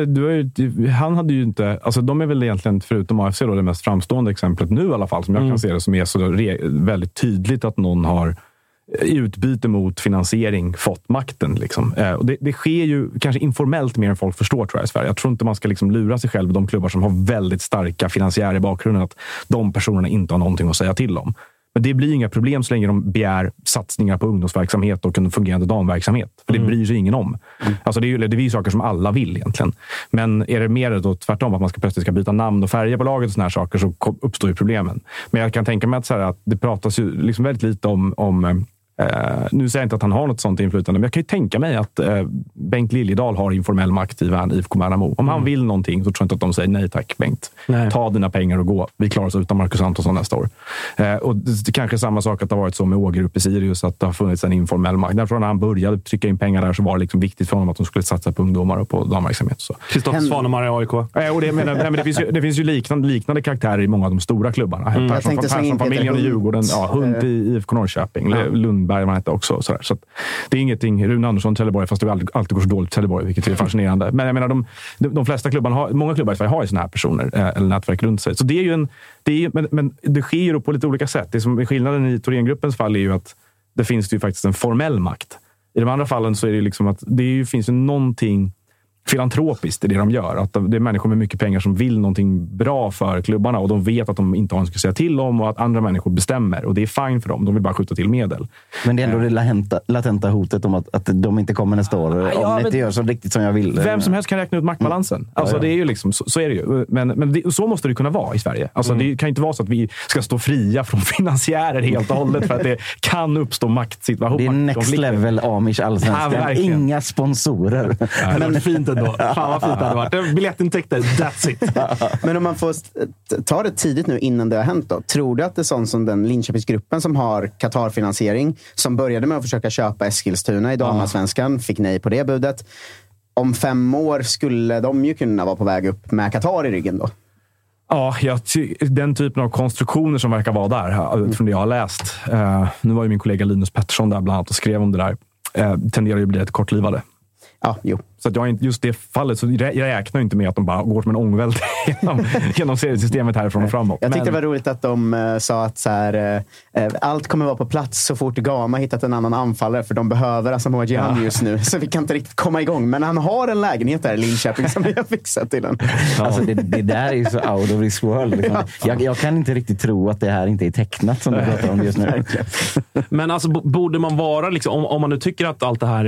Ja, han hade ju inte, alltså de är väl egentligen förutom AFC då det mest framstående exemplet nu i alla fall, som jag kan se det, som är så väldigt tydligt att någon har i utbyte mot finansiering fått makten. Liksom. Och det sker ju kanske informellt mer än folk förstår, tror jag, i Sverige. Jag tror inte man ska liksom lura sig själv, de klubbar som har väldigt starka finansiärer i bakgrunden, att de personerna inte har någonting att säga till om. Men det blir inga problem så länge de begär satsningar på ungdomsverksamhet och en fungerande damverksamhet. För det bryr sig ingen om. Alltså det är ju saker som alla vill egentligen. Men är det mer då tvärtom, att man plötsligt ska byta namn och färger på laget och såna här saker, så uppstår ju problemen. Men jag kan tänka mig att det pratas ju liksom väldigt lite om nu säger jag inte att han har något sånt inflytande, men jag kan ju tänka mig att Bengt Liljedahl har informell makt i IFK Värnamo. Om han vill någonting så tror jag inte att de säger nej tack Bengt. Nej. Ta dina pengar och gå. Vi klarar oss utan Marcus Antonsson nästa år. Och det kanske är samma sak att det har varit så med Ågerup i Sirius, att det har funnits en informell makt. Därför när han började trycka in pengar där så var det liksom viktigt för honom att de skulle satsa på ungdomar och på damverksamhet. Kristoffer Svanemar i AIK. Och det finns ju liknande karaktärer i många av de stora klubbarna. Persson-familjen i Djurgården, Hund i IFK Norrköping, Lundberg man heter också. Så att det är ingenting, Rune Andersson, Trelleborg, fast det alltid går så dåligt Trelleborg, vilket är fascinerande. Men jag menar, de flesta klubbarna många klubbar i Sverige har ju såna här personer eller nätverk runt sig. Så det är ju men det sker ju på lite olika sätt. Det som är skillnaden i Thorengruppens fall är ju att det finns ju faktiskt en formell makt. I de andra fallen så är det liksom att finns ju någonting filantropiskt i det de gör. Att det är människor med mycket pengar som vill någonting bra för klubbarna, och de vet att de inte har något att säga till om, och att andra människor bestämmer, och det är fine för dem. De vill bara skjuta till medel. Men det är ändå det latenta hotet om att de inte kommer nästa år om det inte gör så riktigt som jag vill. Vem som helst kan räkna ut maktbalansen. Alltså det är ju liksom, så är det ju. Men så måste det kunna vara i Sverige. Alltså det kan inte vara så att vi ska stå fria från finansiärer helt och hållet för att det kan uppstå maktsituationer. Det är next level Amish allsvenskan. Inga sponsorer. Men fint ändå. Fan vad fint det hade varit. Biljettintäkter, that's it. Men om man får ta det tidigt nu innan det har hänt då. Tror du att det är sånt som den Linköpingsgruppen som har Qatar-finansiering, som började med att försöka köpa Eskilstuna i damallsvenskan, fick nej på det budet. Om 5 år skulle de ju kunna vara på väg upp med Qatar i ryggen då? Ja, den typen av konstruktioner som verkar vara där, från det jag har läst. Nu var ju min kollega Linus Pettersson där bland annat och skrev om det där. Tenderar ju att bli ett kortlivade. Ja, jo. Så att just det fallet, så jag räknar inte med att de bara går som en ångvält genom seriesystemet härifrån och framåt. Jag tyckte det var roligt att de sa att så här, allt kommer vara på plats så fort Gama hittat en annan anfallare, för de behöver Asamoah Gyan just nu, så vi kan inte riktigt komma igång. Men han har en lägenhet där i Linköping som vi har fixat till den. Alltså det där är ju så out of this world. Liksom. Jag kan inte riktigt tro att det här inte är tecknat som du pratar om just nu. Men alltså borde man vara liksom, om man nu tycker att allt det här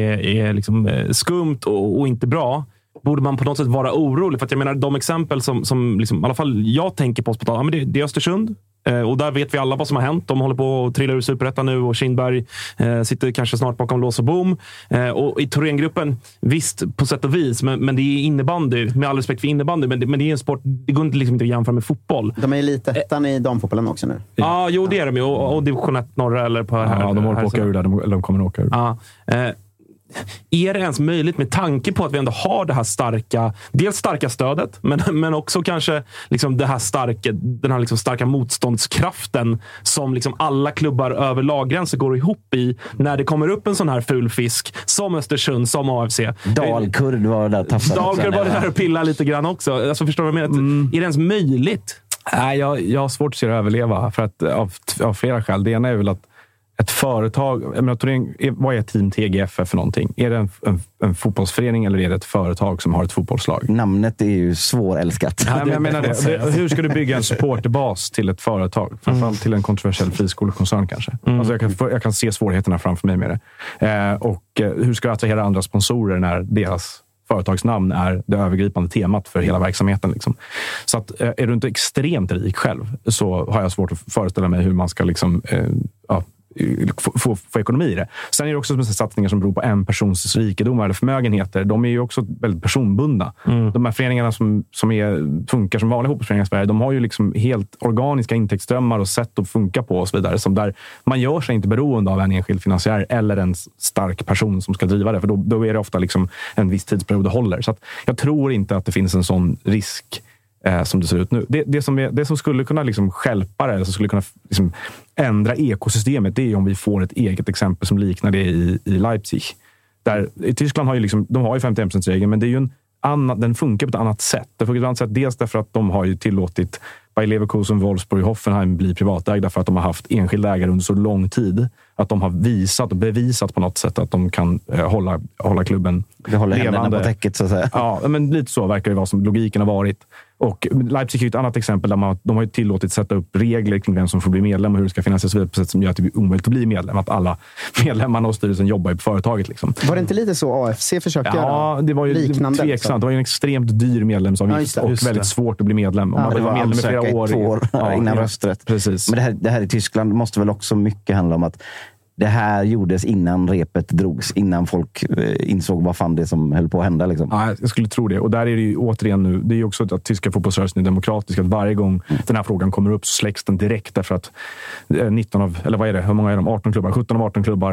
är liksom skumt och inte bra, borde man på något sätt vara orolig? För att jag menar, de exempel som liksom, i alla fall jag tänker på, men det är Östersund. Och där vet vi alla vad som har hänt. De håller på att trilla ur Superettan nu, och Kindberg sitter kanske snart bakom lås och bom. Och i Thorengruppen, visst på sätt och vis, men det är innebandy, med all respekt för innebandy, men det är en sport, det går inte liksom inte att jämföra med fotboll. De är ju lite ettan i damfotbollen också nu. Ja, det är de ju, och division 1 norra eller på här. Ja, de håller på att åka ur där, eller de kommer att åka ur. Ja. är det ens möjligt med tanke på att vi ändå har det här starka stödet, men också kanske liksom den här liksom starka motståndskraften som liksom alla klubbar över laggränser går ihop i när det kommer upp en sån här ful fisk som Östersund, som AFC. Dalkurd var där tafsade. Dalkurd var där och pilla lite grann också. Alltså, förstår du vad jag menar? Är det ens möjligt? Nej, jag har svårt att se det överleva för att, av flera skäl. Det ena är väl att ett företag, vad är Team TGF för någonting? Är det en fotbollsförening eller är det ett företag som har ett fotbollslag? Namnet är ju svårälskat. Ja, men jag menar det. Hur ska du bygga en supporterbas till ett företag? Framförallt till en kontroversiell friskolekoncern kanske. Alltså jag kan se svårigheterna framför mig med det. Och hur ska du attrahera andra sponsorer när deras företagsnamn är det övergripande temat för hela verksamheten. Liksom. Så att, är du inte extremt rik själv så har jag svårt att föreställa mig hur man ska liksom, få ekonomi i det. Sen är det också satsningar som beror på en persons rikedom eller förmögenheter. De är ju också väldigt personbundna. De här föreningarna som funkar som vanliga fotbollsföreningar i Sverige, de har ju liksom helt organiska intäktsströmmar och sätt att funka på och så vidare. Som där man gör sig inte beroende av en enskild finansiär eller en stark person som ska driva det. För då är det ofta liksom en viss tidsperiod det håller. Så att jag tror inte att det finns en sån risk som det ser ut nu. Det som skulle kunna liksom stjälpa det, som skulle kunna liksom ändra ekosystemet, det är om vi får ett eget exempel som liknar det i Leipzig. Där, i Tyskland har ju liksom, de har ju 51%-regeln, men det är ju den funkar på ett annat sätt. Det funkar på ett annat sätt, dels därför att de har ju tillåtit Bayer Leverkusen, Wolfsburg, Hoffenheim bli privatägda för att de har haft enskilda ägare under så lång tid. Att de har visat och bevisat på något sätt att de kan hålla klubben levande. Händerna på täcket så att säga. Ja, men lite så verkar det vara som logiken har varit. Och Leipzig är ett annat exempel där de har ju tillåtit sätta upp regler kring vem som får bli medlem och hur det ska finansieras på sätt som gör att det blir omöjligt att bli medlem. Att alla medlemmarna och styrelsen jobbar på företaget. Liksom. Var det inte lite så AFC försökte göra? Ja, det var ju liknande, tveksamt. liksom. Det var ju en extremt dyr medlemsavgift och väldigt svårt att bli medlem. Ja, det var medlem i flera år innan rösträtt. Precis. Men det här i Tyskland måste väl också mycket handla om att det här gjordes innan repet drogs, innan folk insåg vad fan det som höll på att hända. Liksom. Ja, jag skulle tro det. Och där är det ju återigen nu, det är ju också att tyska fotbollsrörelsen är demokratisk, att varje gång den här frågan kommer upp så släcks den direkt därför att 19 av, eller vad är det, hur många är de? 18 klubbar, 17 av 18 klubbar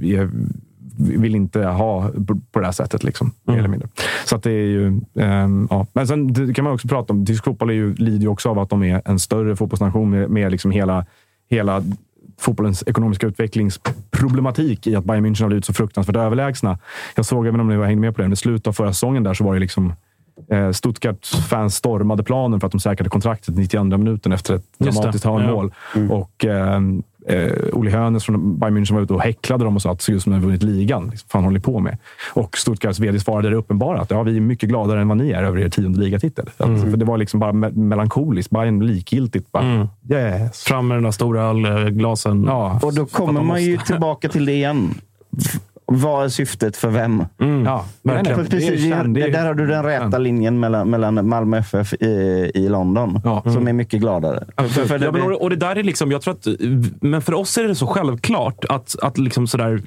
vill inte ha på det här sättet liksom, mer eller mindre. Så att det är ju ja. Men sen det kan man också prata om, tysk fotboll lider ju också av att de är en större fotbollsnation med liksom hela fotbollens ekonomiska utvecklingsproblematik i att Bayern München har blivit så fruktansvärt överlägsna. Jag såg, även om ni var hängde med på det, i slutet av förra säsongen där så var det liksom Stuttgart-fans stormade planen för att de säkrade kontraktet 92 minuten efter ett dramatiskt hörnmål. Och Uli Hoeneß från Bayern München var ute och häcklade dem och sa att det såg ut som de har vunnit ligan. Liksom, fan håller ni på med? Och Stuttgarts vd svarade det uppenbara att vi är mycket gladare än vad ni är över er 10:e ligatitel. För det var liksom bara melankoliskt. Bayern likgiltigt. Bara, yes. Fram med den där stora ölglasen. Ja. Och då kommer man ju tillbaka till det igen. Vad är syftet för vem? Ja, verkligen. Precis, där har du den räta linjen mellan Malmö FF i London som är mycket gladare. Och det där är liksom, jag tror att, men för oss är det så självklart att liksom sådär,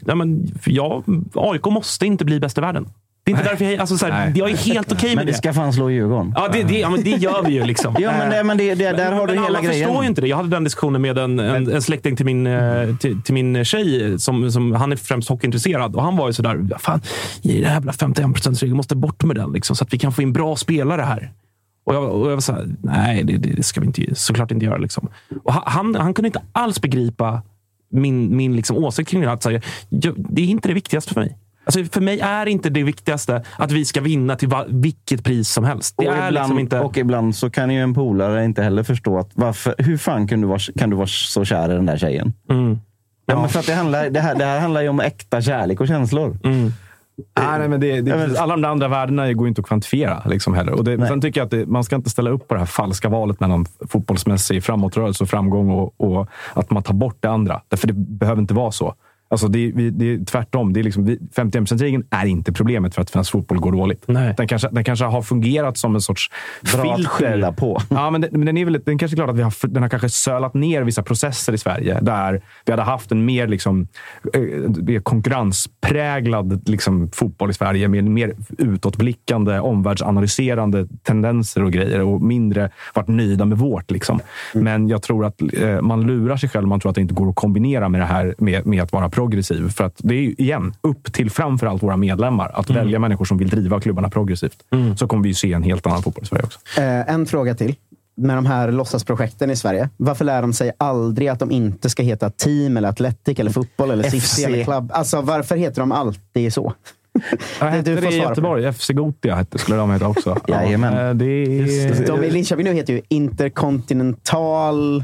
AIK måste inte bli bäst i världen. Det är inte därför jag är helt okej med men det. Ska fan slå Djurgården. Ja, men det gör vi ju liksom. men där har du hela grejen. Jag förstår ju inte det. Jag hade den diskussionen med en släkting till min tjej som han är främst hockeyintresserad och han var ju sådär, fan, i det här jävla 51%-regeln måste bort med den liksom, så att vi kan få in bra spelare här. Och jag var såhär, nej, det ska vi inte, såklart inte göra liksom. Och han kunde inte alls begripa min liksom åsikt kring det. Att säga, det är inte det viktigaste för mig. Alltså för mig är inte det viktigaste att vi ska vinna till vilket pris som helst. Det är ibland, liksom inte... Och ibland så kan ju en polare inte heller förstå att hur fan kan du vara så kär i den där tjejen? Ja, men för att det här handlar ju om äkta kärlek och känslor. Nej, men alla de andra värdena går inte att kvantifiera liksom heller. Och sen tycker jag att man ska inte ställa upp på det här falska valet mellan fotbollsmässig framåtrörelse och framgång och att man tar bort det andra. Därför det behöver inte vara så. Alltså det är tvärtom. Det är liksom, 51%-regeln är inte problemet för att svensk fotboll går dåligt. Nej. Den kanske har fungerat som en sorts filter på. Ja, men den kanske är klart att den har kanske sölat ner vissa processer i Sverige där vi hade haft en mer liksom, konkurrenspräglad liksom, fotboll i Sverige med mer utåtblickande, omvärldsanalyserande tendenser och grejer och mindre varit nöjda med vårt. Liksom. Men jag tror att man lurar sig själv om man tror att det inte går att kombinera med det här med att vara progressiv. För att det är ju, igen, upp till framförallt våra medlemmar att välja människor som vill driva klubbarna progressivt. Så kommer vi ju se en helt annan fotboll i Sverige också. En fråga till. Med de här låtsasprojekten i Sverige. Varför lär de sig aldrig att de inte ska heta team eller Athletic eller fotboll eller City eller klubb? Alltså varför heter de alltid så? Det i Göteborg, FC Gotia skulle de heta också. Jajamän. De i Linköping nu heter ju Intercontinental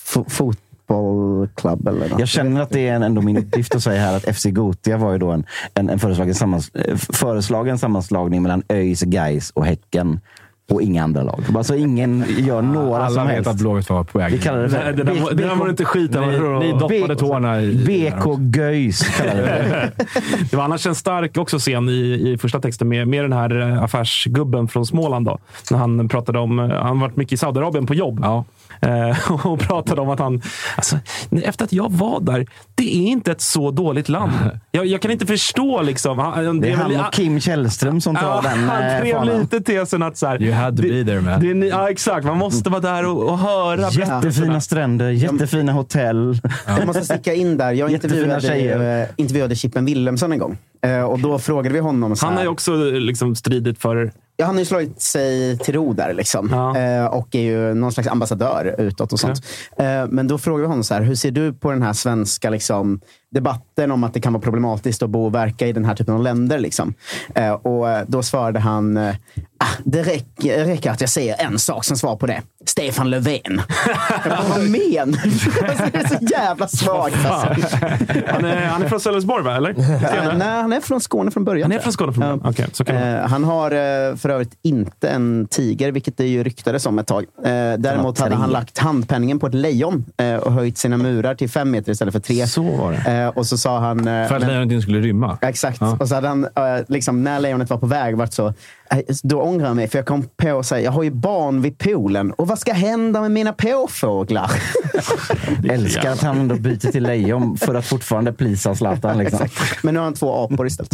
Fotboll Club eller något. Jag känner att det är ändå min uppgift att säga här att FC Gotia var ju då en föreslagen sammanslagning mellan ÖIS, Gais och Häcken. Och inga andra lag. Alltså ingen gör några alla som helst. Alla vet att Blåvitt var på väg. Vi kallar det för... Det där var inte skit. Ni doppade tårna i... BK Göis kallar det. Det var annars en stark också scen i första texten med den här affärsgubben från Småland då. När han pratade om... Han varit mycket i Saudiarabien på jobb. Ja. Och pratade om att han... Alltså, efter att jag var där, det är inte ett så dåligt land. Jag kan inte förstå liksom... Det är han och Kim Källström som tar den han drev lite tesen att så här... You had to be there, man. Ja, exakt. Man måste vara där och höra. Jättefina stränder, jättefina hotell. Jag måste sticka in där. Jag intervjuade Chippen Wilhelmsson en gång. Och då frågade vi honom så här. Han har ju också liksom stridit för... Ja, han har ju slagit sig till ro där liksom. Och är ju någon slags ambassadör utåt och sånt. Men då frågade vi honom så här, hur ser du på den här svenska liksom, debatten om att det kan vara problematiskt att bo och verka i den här typen av länder liksom. Och då svarade han, det räcker att jag säger en sak som svar på det. Stefan Löfven. Vad men? Det är så jävla svagt. Alltså. Han är från Sölvesborg, va? Eller? Nej, han är från Skåne från början. Han är från Skåne från början? Okej, så kan det. Han har för övrigt inte en tiger, vilket det ju ryktades om ett tag. Däremot hade han lagt handpenningen på ett lejon och höjt sina murar till 5 meter istället för 3. Så var det. Och så sa han... för att lejonet inte skulle rymma. Exakt. Ja. Och så hade han, liksom, när lejonet var på väg, varit så... Då ångrar jag mig, för jag kom på att säga, jag har ju barn vid poolen. Och vad ska hända med mina påfåglar? Älskar att han då byter till lejon för att fortfarande plisa Zlatan. Liksom. Men nu har han 2 apor istället.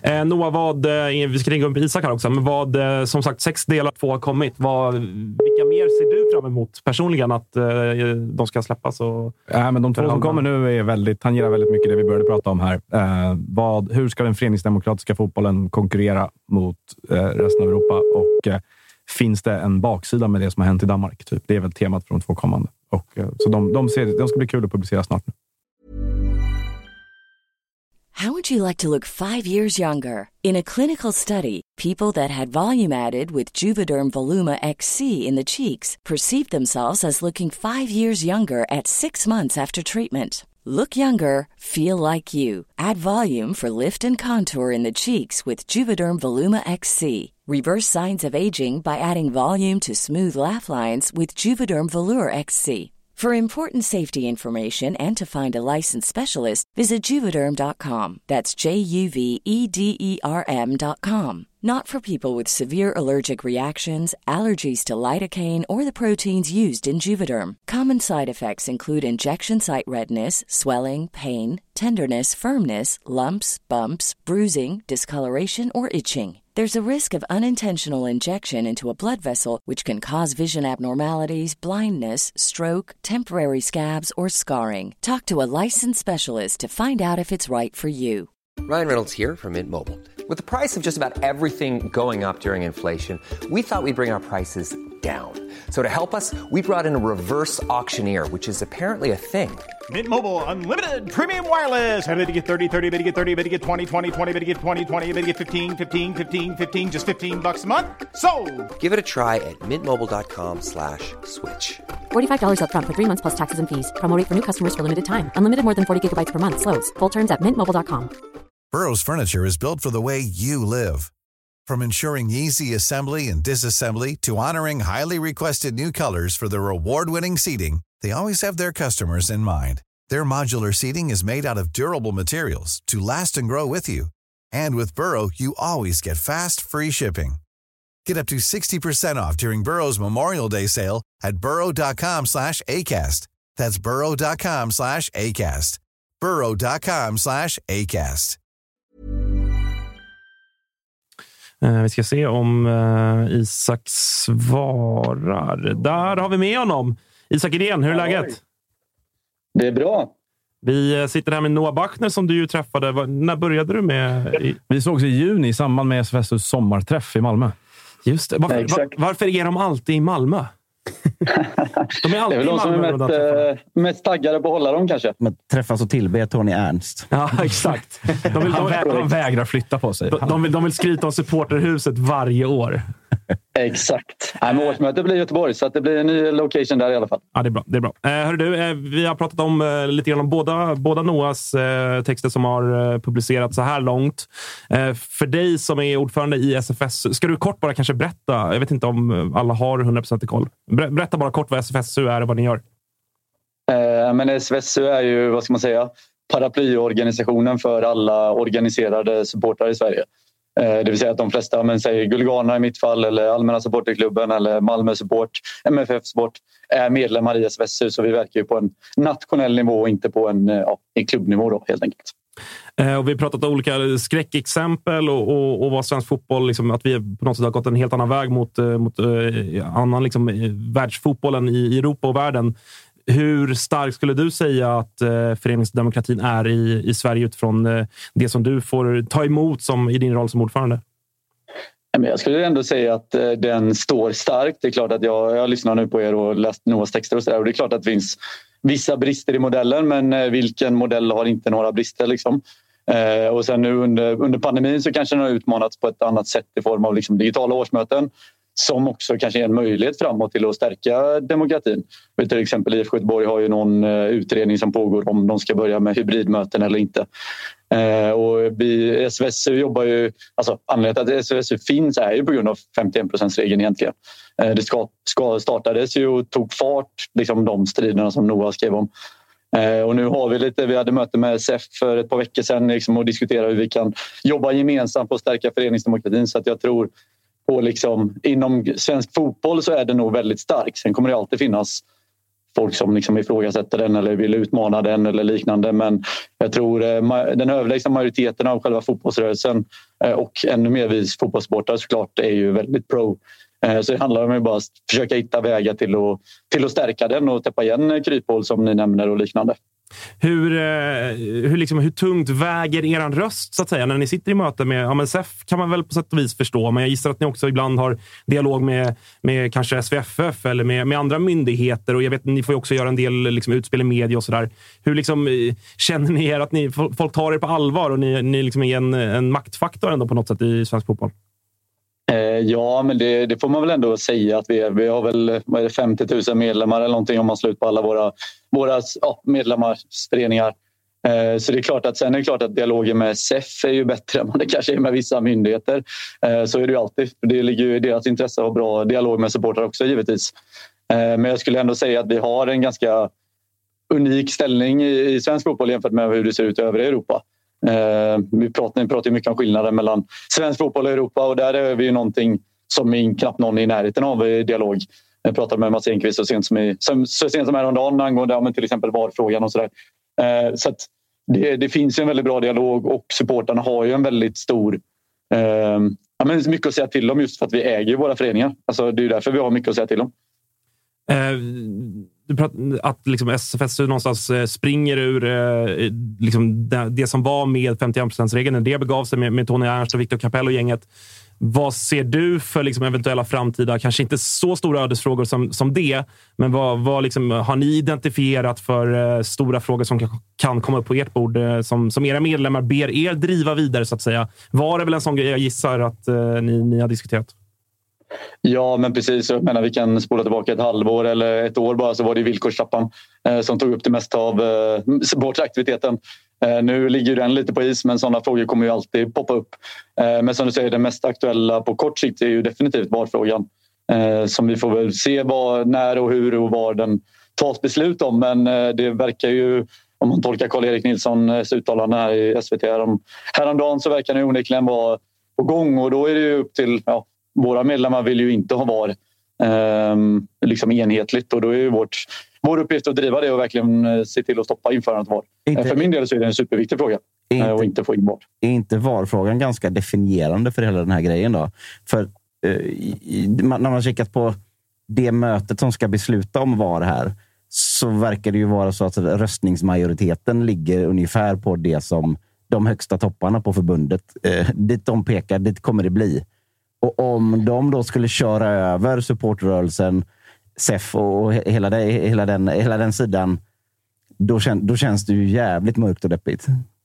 Noah, vi ska ringa upp Isak här också. Men som sagt, 6 delar 2 har kommit. Vilka mer ser du fram emot personligen att de ska släppas? Men de 2 som kommer nu är tangerar väldigt mycket det vi började prata om här. Hur ska den föreningsdemokratiska fotbollen konkurrera mot resten av Europa, och finns det en baksida med det som har hänt i Danmark typ? Det är väl temat för de 2 kommande, och så de ska bli kul att publicera snart nu. How would you like to look 5 years younger? In a clinical study, people that had volume added with Juvederm Voluma XC in the cheeks perceived themselves as looking 5 years younger at 6 months after treatment. Look younger, feel like you. Add volume for lift and contour in the cheeks with Juvederm Voluma XC. Reverse signs of aging by adding volume to smooth laugh lines with Juvederm Volure XC. For important safety information and to find a licensed specialist, visit Juvederm.com. That's JUVEDERM.com. Not for people with severe allergic reactions, allergies to lidocaine, or the proteins used in Juvederm. Common side effects include injection site redness, swelling, pain, tenderness, firmness, lumps, bumps, bruising, discoloration, or itching. There's a risk of unintentional injection into a blood vessel, which can cause vision abnormalities, blindness, stroke, temporary scabs, or scarring. Talk to a licensed specialist to find out if it's right for you. Ryan Reynolds here from Mint Mobile. With the price of just about everything going up during inflation, we thought we'd bring our prices down. So to help us, we brought in a reverse auctioneer, which is apparently a thing. Mint Mobile Unlimited Premium Wireless. How to get 30, 30, bit to get 30, bit to get 20, 20, 20, bit to get 20, 20, bit to get 15, 15, 15, 15, just $15 a month? Sold! Give it a try at mintmobile.com/switch. $45 up front for 3 months plus taxes and fees. Promo rate for new customers for limited time. Unlimited more than 40 gigabytes per month. Slows full terms at mintmobile.com. Burrow's furniture is built for the way you live. From ensuring easy assembly and disassembly to honoring highly requested new colors for their award-winning seating, they always have their customers in mind. Their modular seating is made out of durable materials to last and grow with you. And with Burrow, you always get fast, free shipping. Get up to 60% off during Burrow's Memorial Day sale at burrow.com/ACAST. That's burrow.com/ACAST. burrow.com/ACAST. Vi ska se om Isak svarar. Där har vi med honom. Isak Idén, hur är läget? Det är bra. Vi sitter här med Noah Bachner som du ju träffade. När började du med? Vi sågs i juni i samband med SFSUs sommarträff i Malmö. Just det. Varför är de alltid i Malmö? De är alltid det är väl de som är mest taggade på att hålla dem kanske. Men träffas och tillbe Tony Ernst. Ja, exakt. De vägrar flytta på sig. De vill skryta om supporterhuset varje år. Exakt. Men årsmötet blir i Göteborg så att det blir en ny location där i alla fall. Ja, det är bra. Hör du, vi har pratat om lite grann om båda Noahs texter som har publicerats så här långt. För dig som är ordförande i SFS, ska du kort bara kanske berätta, jag vet inte om alla har 100% koll. Berätta bara kort vad SFSU är och vad ni gör. Men SFSU är ju, vad ska man säga, paraplyorganisationen för alla organiserade supportrar i Sverige. Det vill säga att de flesta, men säger Gulgarna i mitt fall eller Allmänna supporterklubben eller Malmö support, MFF sport är medlemmar i SFSU, så vi verkar ju på en nationell nivå och inte på en klubbnivå då, helt enkelt. Och vi har pratat om olika skräckexempel och vad svensk fotboll, liksom, att vi på något sätt har gått en helt annan väg mot annan liksom, världsfotbollen i Europa och världen. Hur stark skulle du säga att föreningsdemokratin är i Sverige utifrån det som du får ta emot i din roll som ordförande? Jag skulle ändå säga att den står starkt. Det är klart att jag lyssnar nu på er och läst Noahs texter och så där, och det är klart att det finns vissa brister i modellen, men vilken modell har inte några brister liksom? Och sen nu under pandemin så kanske den har utmanats på ett annat sätt i form av liksom digitala årsmöten som också kanske är en möjlighet framåt till att stärka demokratin. Till exempel IFK Göteborg har ju någon utredning som pågår om de ska börja med hybridmöten eller inte. Och SFSU jobbar ju, alltså anledningen till att SFSU finns är ju på grund av 51%-regeln egentligen. Det startades ju och tog fart, liksom de striderna som Noah skrev om. Och nu har vi hade möte med SF för ett par veckor sedan liksom, och diskuterade hur vi kan jobba gemensamt på att stärka föreningsdemokratin, så att jag tror på liksom, inom svensk fotboll så är det nog väldigt starkt. Sen kommer det alltid finnas folk som liksom ifrågasätter den eller vill utmana den eller liknande, men jag tror den överlägsna majoriteten av själva fotbollsrörelsen och ännu mer vi fotbollssportare såklart är ju väldigt pro. Så det handlar om att bara försöka hitta vägar till att stärka den och täppa igen kryphål som ni nämner och liknande. Hur tungt väger eran röst så att säga när ni sitter i möte med MSF, kan man väl på sätt och vis förstå, men jag gissar att ni också ibland har dialog med kanske SVFF eller med andra myndigheter, och jag vet ni får ju också göra en del liksom, utspel i media och sådär. Hur liksom, känner ni er att folk tar er på allvar och ni liksom är en maktfaktor ändå på något sätt i svensk fotboll? Ja, men det får man väl ändå säga att vi har väl 50 000 medlemmar eller någonting om man slår ut på alla våra medlemmarsföreningar. Så det är klart att sen är det klart att dialogen med SEF är ju bättre än vad det kanske är med vissa myndigheter. Så är det ju alltid. Det ligger ju i deras intresse att ha bra dialog med supportrar också givetvis. Men jag skulle ändå säga att vi har en ganska unik ställning i svensk fotboll jämfört med hur det ser ut i övriga Europa. Vi pratar mycket om skillnaden mellan svensk fotboll och Europa, och där är vi ju någonting som knappt någon är i närheten av i dialog. Jag pratade med Mats Enqvist så sent som häromdagen angående till exempel VAR-frågan och sådär. Så att det finns ju en väldigt bra dialog, och supportarna har ju en väldigt stor mycket att säga till om just för att vi äger våra föreningar. Alltså, det är ju därför vi har mycket att säga till om. Att liksom SFSU någonstans springer ur liksom det som var med 51%-regeln när det begav sig med Tony Ernst och Victor Capello-gänget. Vad ser du för liksom eventuella framtida, kanske inte så stora ödesfrågor som det, men vad liksom, har ni identifierat för stora frågor som kan komma upp på ert bord som era medlemmar ber er driva vidare så att säga? Var det väl en sån grej jag gissar att ni har diskuterat? Ja, men precis. Jag menar, vi kan spola tillbaka ett halvår eller ett år bara, så var det villkorstrappan som tog upp det mesta av supportaktiviteten. Nu ligger den lite på is, men sådana frågor kommer ju alltid poppa upp. Men som du säger, det mest aktuella på kort sikt är ju definitivt VAR-frågan. Som vi får väl se när och hur och var den tas beslut om. Men det verkar ju, om man tolkar Karl-Erik Nilssons uttalande här i SVT häromdagen, så verkar det onekligen vara på gång. Och då är det ju upp till... våra medlemmar vill ju inte ha VAR liksom enhetligt, och då är ju vår uppgift att driva det och verkligen se till att stoppa införandet av VAR. För min del så är det en superviktig fråga och inte få in VAR. Är inte VAR-frågan ganska definierande för hela den här grejen då? För när man kikat på det mötet som ska besluta om VAR här, så verkar det ju vara så att röstningsmajoriteten ligger ungefär på det som de högsta topparna på förbundet. Dit de pekar, dit kommer det bli. Och om de då skulle köra över supportrörelsen, SEF och hela den sidan, då känns det ju jävligt mörkt och deppigt.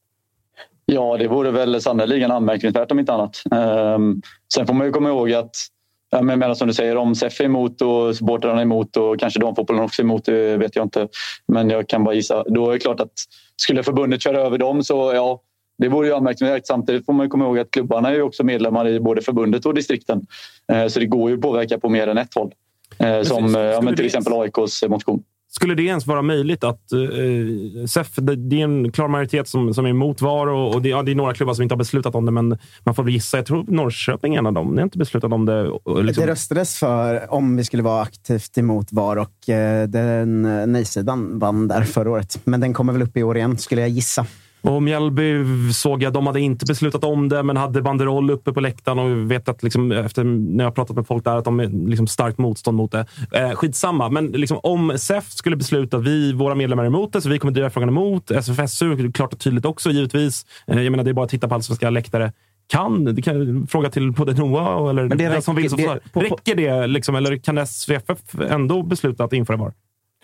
Ja, det vore väl sannoliken anmärkningsvärt om inte annat. Sen får man ju komma ihåg att men som du säger, om SEF är emot och supportrarna är emot och kanske de fotbollen också är emot, det vet jag inte. Men jag kan bara gissa. Då är det klart att skulle förbundet köra över dem så ja, det vore ju anmärkningsvärt. Samtidigt får man ju komma ihåg att klubbarna är ju också medlemmar i både förbundet och distrikten. Så det går ju att påverka på mer än ett håll. Som till exempel AIKs motion. Skulle det ens vara möjligt att SEF, det är en klar majoritet som är emot VAR och det är några klubbar som inte har beslutat om det, men man får väl gissa, jag tror Norrköping är en av dem, ni har inte beslutat om det. Liksom. Det röstades för om vi skulle vara aktivt emot VAR och den nej-sidan vann där förra året. Men den kommer väl upp i år igen, skulle jag gissa. Och Mjällby såg jag, de hade inte beslutat om det men hade banderoll uppe på läktaren och vet att liksom, efter när jag har pratat med folk där att de är liksom starkt motstånd mot det. Skitsamma, men liksom, om SEF skulle besluta att våra medlemmar är emot det så vi kommer driva frågan emot. SFSU, klart och tydligt också givetvis. Jag menar det är bara att titta på allsvenska läktare. Det kan fråga till både Noah eller men den som vill. Räcker det liksom, eller kan SVFF ändå besluta att införa VAR?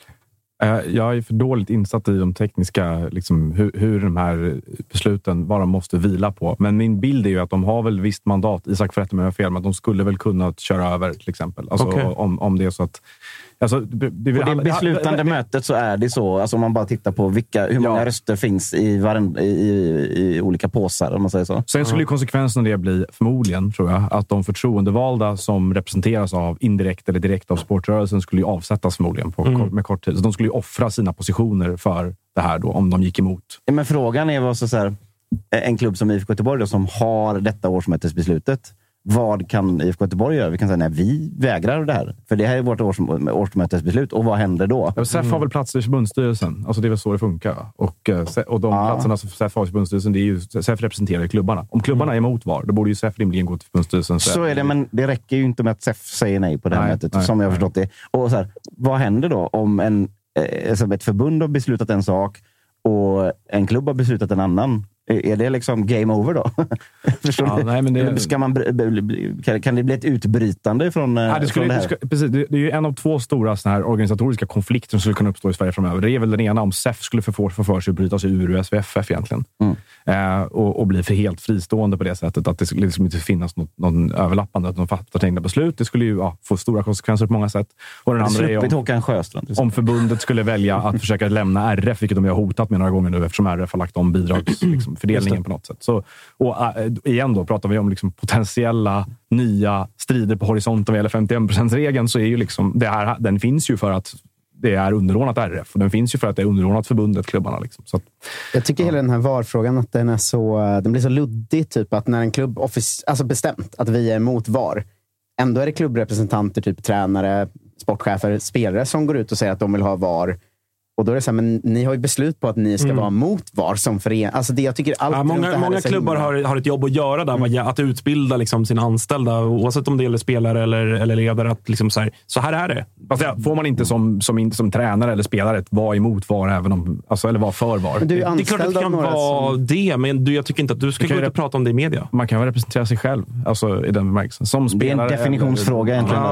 Jag är för dåligt insatt i de tekniska, liksom, hur de här besluten, vad de måste vila på. Men min bild är ju att de har väl visst mandat, Isak får rätta mig om jag har fel, men att de skulle väl kunna köra över till exempel. Alltså, okay. om det är så att... Alltså, på det beslutande mötet så är det så, alltså om man bara tittar på hur många röster finns i olika påsar, om man säger så. Sen skulle konsekvensen av det bli, förmodligen tror jag, att de förtroendevalda som representeras av indirekt eller direkt av sportrörelsen skulle ju avsättas förmodligen med kort tid. Så de skulle ju offra sina positioner för det här då, om de gick emot. Men frågan är vad så här, en klubb som IFK Göteborg då, som har detta årsmötesbeslutet. Vad kan IFK Göteborg göra? Vi kan säga nej, vi vägrar det här. För det här är vårt årsmötesbeslut. Och vad händer då? SEF har väl plats i förbundsstyrelsen. Alltså det är väl så det funkar. Och de platserna som SEF har i förbundsstyrelsen, det är ju SEF representerar klubbarna. Om klubbarna är emot VAR, då borde ju SEF rimligen gå till förbundsstyrelsen. Så är det, men det räcker ju inte med att SEF säger nej på det här mötet, som jag har förstått det. Och så här, vad händer då om ett förbund har beslutat en sak och en klubb har beslutat en annan? Är det liksom game over då? Nej, men kan det bli ett utbrytande från det här? Precis, det är ju en av två stora såna här organisatoriska konflikter som skulle kunna uppstå i Sverige framöver. Det är väl den ena om SEF skulle få för sig att bryta sig ur SVFF egentligen. Och bli för helt fristående på det sättet att det skulle liksom inte finnas någon överlappande, att de fattar egna beslut. Det skulle ju få stora konsekvenser på många sätt. Och den andra är om förbundet skulle välja att försöka lämna RF, vilket de har hotat med några gånger nu eftersom RF har lagt om bidragsfördelningen på något sätt. Så, och igen då pratar vi om liksom potentiella nya strider på horisonten vad gäller 51%-regeln, så är ju liksom den finns ju för att det är underordnat RF och den finns ju för att det är underordnat förbundet, klubbarna liksom. Så att, jag tycker hela den här VAR-frågan att den blir så luddig, typ att när en klubb bestämt att vi är emot VAR, ändå är det klubbrepresentanter, typ tränare, sportchefer, spelare som går ut och säger att de vill ha VAR. Och då är det så här, men ni har ju beslut på att ni ska vara mot VAR som förening. Alltså det jag tycker alltid många klubbar har ett jobb att göra där, att utbilda liksom sina anställda, oavsett om det gäller spelare eller ledare, att liksom så här är det. Alltså, får man inte som tränare eller spelare vara emot VAR även om, alltså, eller vara för VAR? Det är klart att det kan vara det, men jag tycker inte att du ska gå ut och prata om det i media. Man kan väl representera sig själv, alltså i den bemärkelsen. Som spelare. Det är en definitionsfråga egentligen.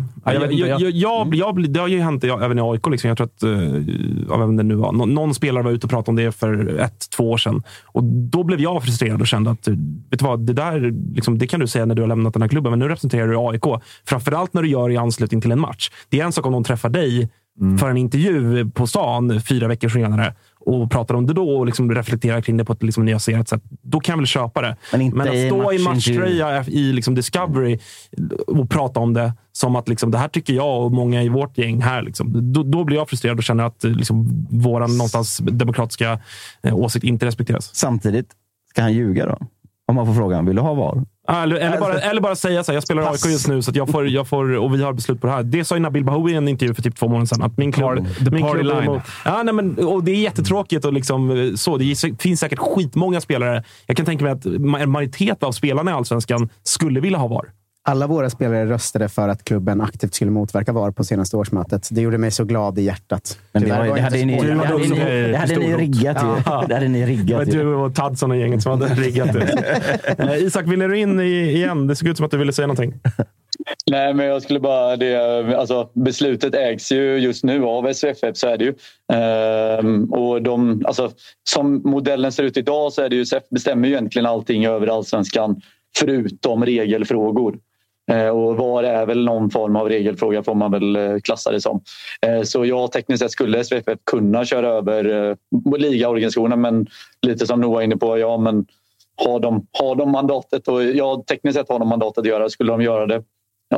Det har ju hänt även i AIK liksom. Jag tror att av vem det nu var. Någon spelare var ute och pratade om det för 1-2 år sedan. Och då blev jag frustrerad och kände att, vet du vad, det där, liksom, det kan du säga när du har lämnat den här klubben, men nu representerar du AIK. Framförallt när du gör i anslutning till en match. Det är en sak om de träffar dig för en intervju på stan 4 veckor senare och pratar om det då och liksom reflekterar kring det på ett liksom nyanserat sätt. Då kan jag väl köpa det. Men att stå i matchtröja i liksom Discovery och prata om det som att liksom, det här tycker jag och många i vårt gäng här. Liksom, då blir jag frustrerad och känner att liksom, våran någonstans demokratiska åsikt inte respekteras. Samtidigt ska han ljuga då? Om man får frågan, vill du ha VAR? Eller bara säga så här, jag spelar AIK just nu så att jag får och vi har beslut på det här. Det sa ju Nabil Bahoui i en intervju för typ 2 månader sedan att min klubb är emot. Och det är jättetråkigt och liksom så. Det finns säkert skitmånga spelare. Jag kan tänka mig att en majoritet av spelarna i Allsvenskan skulle vilja ha VAR. Alla våra spelare röstade för att klubben aktivt skulle motverka VAR på senaste årsmötet. Det gjorde mig så glad i hjärtat. Men det hade ni riggat. Det hade ni riggat. Du och Tadson och gänget som hade riggat det. Isak, ville du in igen? Det såg ut som att du ville säga någonting. Nej, men jag skulle bara... beslutet ägs ju just nu av SVFF, så är det ju. Och som modellen ser ut idag så är det ju SVFF bestämmer ju egentligen allting över Allsvenskan förutom regelfrågor. Och VAR är väl någon form av regelfråga, får man väl klassa det som. Så tekniskt sett skulle SVFF kunna köra över ligaorganisationen, men lite som Noah är inne på, men har de mandatet, och tekniskt sett har de mandatet att göra, skulle de göra det.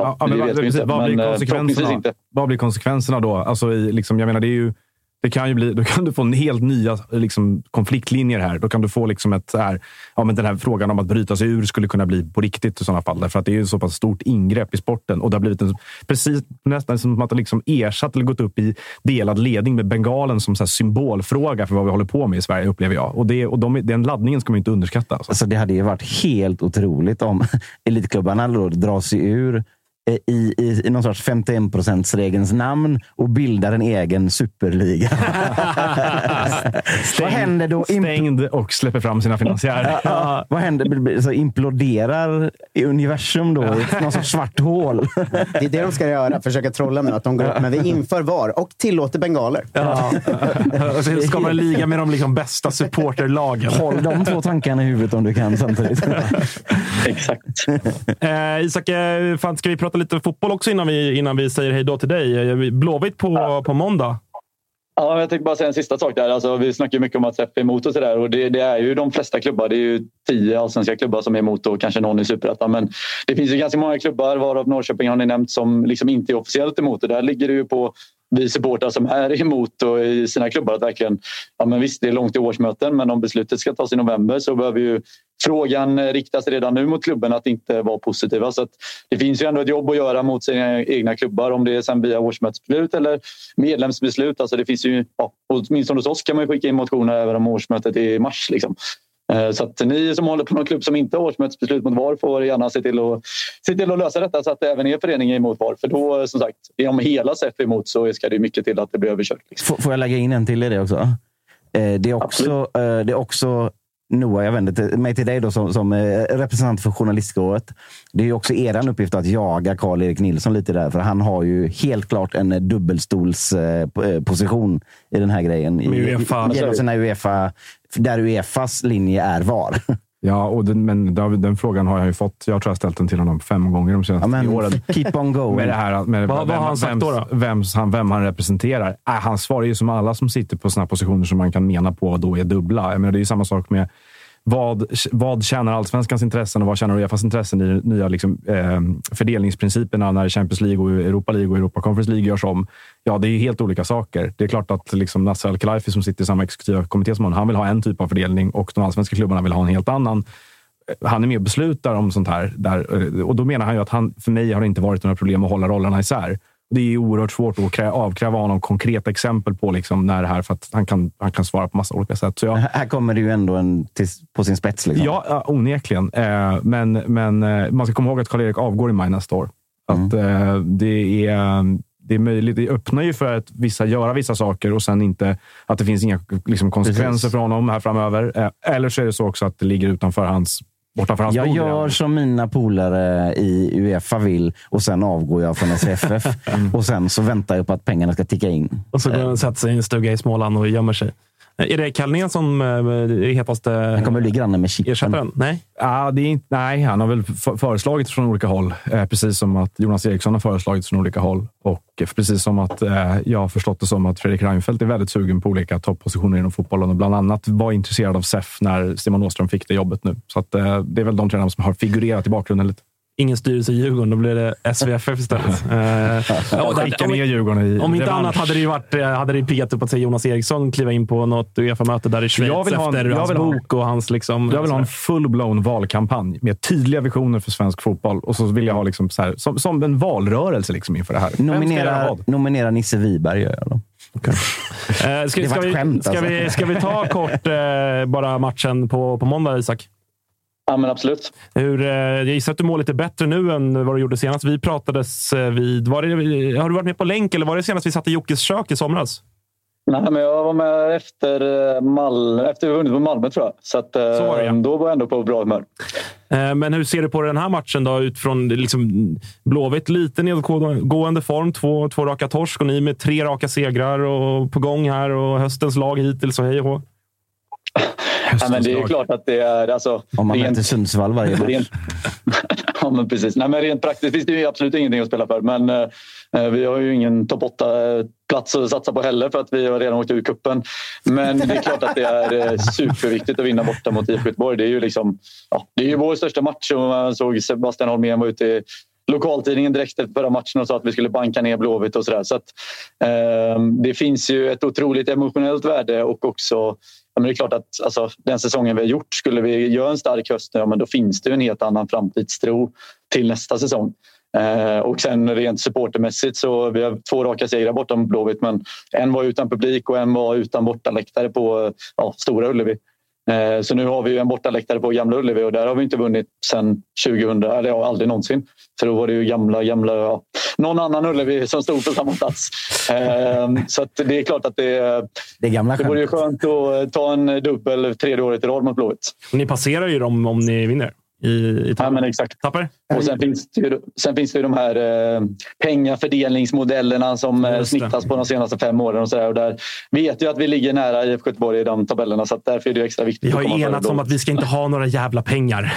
Vad blir konsekvenserna då? Alltså, jag menar, det är ju... Det kan ju bli, då kan du få en helt nya konfliktlinjer här. Då kan du få men den här frågan om att bryta sig ur skulle kunna bli på riktigt i sådana fall. Därför att det är ju så pass stort ingrepp i sporten. Och det har blivit precis nästan som att det ersatt eller gått upp i delad ledning med bengalen som så här symbolfråga för vad vi håller på med i Sverige, upplever jag. Och den laddningen ska man ju inte underskatta. Alltså det hade ju varit helt otroligt om elitklubbarna då drar sig ur i någon sorts 51%-regelns namn och bildar en egen superliga. Vad händer då? Stängd och släpper fram sina finansiärer. Vad händer? Så imploderar i universum då i någon sorts svart hål. Det är det de ska göra, försöka trolla med att de går, men vi inför VAR och tillåter bengaler. Och så ska man liga med de bästa supporterlagen. Håll de två tankarna i huvudet om du kan samtidigt. Exakt. Isak, ska vi prata lite fotboll också innan vi säger hej då till dig? Blåvitt på måndag. Ja, jag tänkte bara säga en sista sak där. Alltså, vi snackar ju mycket om att SEF är emot och sådär. Och det är ju de flesta klubbar. Det är ju 10 allsvenska klubbar som är emot och kanske någon i Superettan. Men det finns ju ganska många klubbar, varav Norrköping har ni nämnt, som inte är officiellt emot. Och där ligger det ju på vi supportrar som är emot och i sina klubbar att verkligen, men visst, det är långt i årsmöten, men om beslutet ska tas i november så behöver ju frågan riktas redan nu mot klubben att inte vara positiva. Så att det finns ju ändå ett jobb att göra mot sina egna klubbar, om det är sen via årsmötesbeslut eller medlemsbeslut. Alltså det finns ju, åtminstone hos oss kan man ju skicka in motioner även om årsmötet är i mars liksom. Så att ni som håller på någon klubb som inte har årsmötesbeslut mot VAR får gärna se till att lösa detta så att även er förening är emot VAR. För då, som sagt, om hela SEF är emot så ska det mycket till att det blir överkört. Liksom. Får jag lägga in en till i det också? Det är också Noah, jag vänder mig till dig då som representant för journalistrådet. Det är ju också eran uppgift att jaga Karl-Erik Nilsson lite där, för han har ju helt klart en dubbelstolsposition i den här grejen. Genom UEFA, där UEFAs linje är VAR. Ja, och den frågan har jag ju fått. Jag tror jag ställt den till honom 5 gånger de senaste åren. Keep on going. Med det här, vad har han sagt då? Vem han representerar. Han svarar ju som alla som sitter på såna positioner som man kan mena på då är dubbla. Jag menar, det är ju samma sak med vad tjänar allsvenskans intressen och vad tjänar UEFAs intressen i nya fördelningsprinciperna när Champions League och Europa League och Europa Conference League görs om. Ja, det är ju helt olika saker. Det är klart att Nasser Al-Khelaifi som sitter i samma exekutiva kommitté som han vill ha en typ av fördelning och de allsvenska klubbarna vill ha en helt annan. Han är med och beslutar om sånt här. Och då menar han ju att för mig har det inte varit några problem att hålla rollerna isär. Det är oerhört svårt att avkräva honom konkreta exempel på när det här, för att han kan svara på massa olika sätt. Så här kommer det ju ändå på sin spets. Liksom. Ja, onekligen. Men man ska komma ihåg att Karl-Erik avgår i maj nästa år. Att det är möjligt. Det öppnar ju för att göra vissa saker och sen inte att det finns inga konsekvenser för honom här framöver. Eller så är det så också att det ligger bortanför hans jag gör som mina polare i UEFA vill och sen avgår jag från SFF och sen så väntar jag på att pengarna ska ticka in. Och så går han och sätter sig i en stuga i Småland och gömmer sig. Är det Kalnén som är hetaste? Han kommer bli granne med Chippen. Ersättaren? Nej. Ja, nej, han har väl föreslagit från olika håll. Precis som att Jonas Eriksson har föreslagit från olika håll. Och precis som att jag har förstått det som att Fredrik Reinfeldt är väldigt sugen på olika topppositioner inom fotbollen och bland annat var intresserad av SEF när Simon Åström fick det jobbet nu. Så att, det är väl de tränarna som har figurerat i bakgrunden lite. Ingen styrelse i Djurgården, då blir det SVFF istället. Skicka ner Djurgården i om inte revansch. annat hade det piggat upp att se Jonas Eriksson kliva in på något UEFA-möte där i Schweiz efter hans bok och hans jag vill ha en full-blown valkampanj med tydliga visioner för svensk fotboll och så vill jag ha som en valrörelse inför det här. Nominera Nisse Wiberg gör jag då. Okay. Ska vi ta kort bara matchen på måndag, Isak? Ja, men absolut. Jag gissar att du mår lite bättre nu än vad du gjorde senast. Vi pratades vid... Har du varit med på länk eller var det senast vi satt i Jockes kök i somras? Nej, men jag var med efter vi vunnit på Malmö, tror jag. Så var det, ja. Då var jag ändå på bra humör. Men hur ser du på den här matchen då? Utifrån liksom, Blåvitt lite nedgående form. Två raka torsk och ni med 3 raka segrar och på gång här. Och höstens lag hittills och hej och hå. Ja, men det är klart att det är... Alltså, om man heter Sundsvall varje match. Ja, men precis. Nej, men rent praktiskt finns det ju absolut ingenting att spela för. Men vi har ju ingen topp 8-plats att satsa på heller för att vi har redan åkt ur kuppen. Men det är klart att det är superviktigt att vinna borta mot IFK Göteborg. Det är ju liksom... Ja, det är ju vår största match. Och man såg Sebastian Holmén var ute i lokaltidningen direkt efter förra matchen och sa att vi skulle banka ner Blåvitt och sådär. Så att det finns ju ett otroligt emotionellt värde och också... Ja, men det är klart att alltså, den säsongen vi har gjort, skulle vi göra en stark höst, ja, men då finns det en helt annan framtidstro till nästa säsong. Och sen rent supportermässigt så vi har 2 raka segrar borta mot Blåvitt, men en var utan publik och en var utan bortaläktare på Stora Ullevi. Så nu har vi ju en bortaläktare på Gamla Ullevi och där har vi inte vunnit sedan 2000, eller aldrig någonsin. För då var det ju gamla någon annan Ullevi som stod på samma plats. Så att det är klart att det vore ju skönt att ta en dubbel 3:e året i rad mot Blåvitt. Ni passerar ju dem om ni vinner. Ja, men exakt. Tapper. Och sen finns det ju de här pengafördelningsmodellerna som snittas på de senaste 5 åren och sådär. Och där vet jag att vi ligger nära IFK Göteborg i de tabellerna, så att därför är det extra viktigt. Vi har ju enats om att vi ska inte ha några jävla pengar.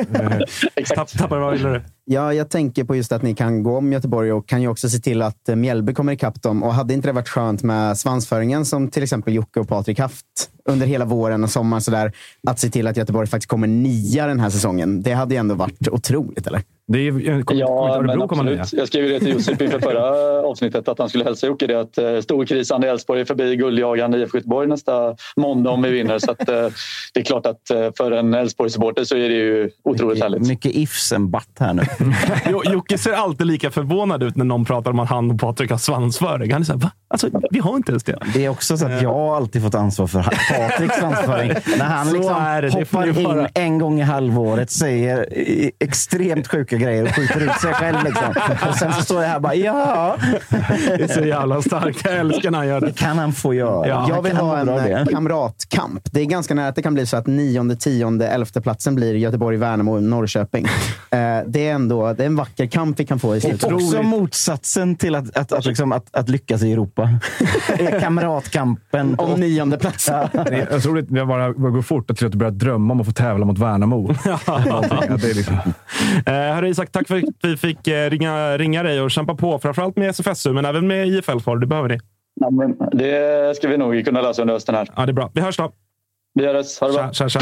Exakt. Tapper, vad vill du? Ja, jag tänker på just att ni kan gå om Göteborg och kan ju också se till att Mjällby kommer ikapp dem. Och hade inte det varit skönt med svansföringen som till exempel Jocke och Patrik haft under hela våren och sommaren så där, att se till att Göteborg faktiskt kommer 9 den här säsongen. Det hade ju ändå varit otroligt, eller? Det är, ja, men absolut. Jag skrev ju det till Josip inför förra avsnittet att han skulle hälsa Jocke det att storkrisande Elfsborg är förbi guldjagande IFK Göteborg nästa måndag om vi vinner. Så att, det är klart att för en Elfsborg-supporter så är det ju otroligt härligt. Mycket ifs en batt här nu. Jocke ser alltid lika förvånad ut när någon pratar om att han och Patrik har svansföring. Han är såhär, va? Alltså, vi har inte ens det. Det är också så att jag har alltid fått ansvar för Patriks svansföring. När han liksom hoppar in en gång i halvåret, säger extremt sjuka grejer och skjuter ut sig själv liksom. Och sen så står jag här bara, ja. Det är så jävla starkt. Jag älskar när han gör det. Kan han få göra. Ja, jag vill ha en kamratkamp. Det är ganska nära att det kan bli så att 9:e, 10:e, 11:e platsen blir Göteborg, Värnamo och Norrköping. Det är en vacker kamp vi kan få i slutet. Och också motsatsen till att lyckas i Europa. Kamratkampen om 9:e platsen. Ja. Jag tror att det bara går fort att börja drömma om att få tävla mot Värnamo. Det är liksom... Hörru Isak, tack för att vi fick ringa dig och kämpa på. Framförallt med SFSU, men även med IFL. Det behöver ni. Ja, men det ska vi nog kunna lösa under hösten här. Ja, det är bra. Vi hörs då. Vi hörs. Ha det bra. Tja.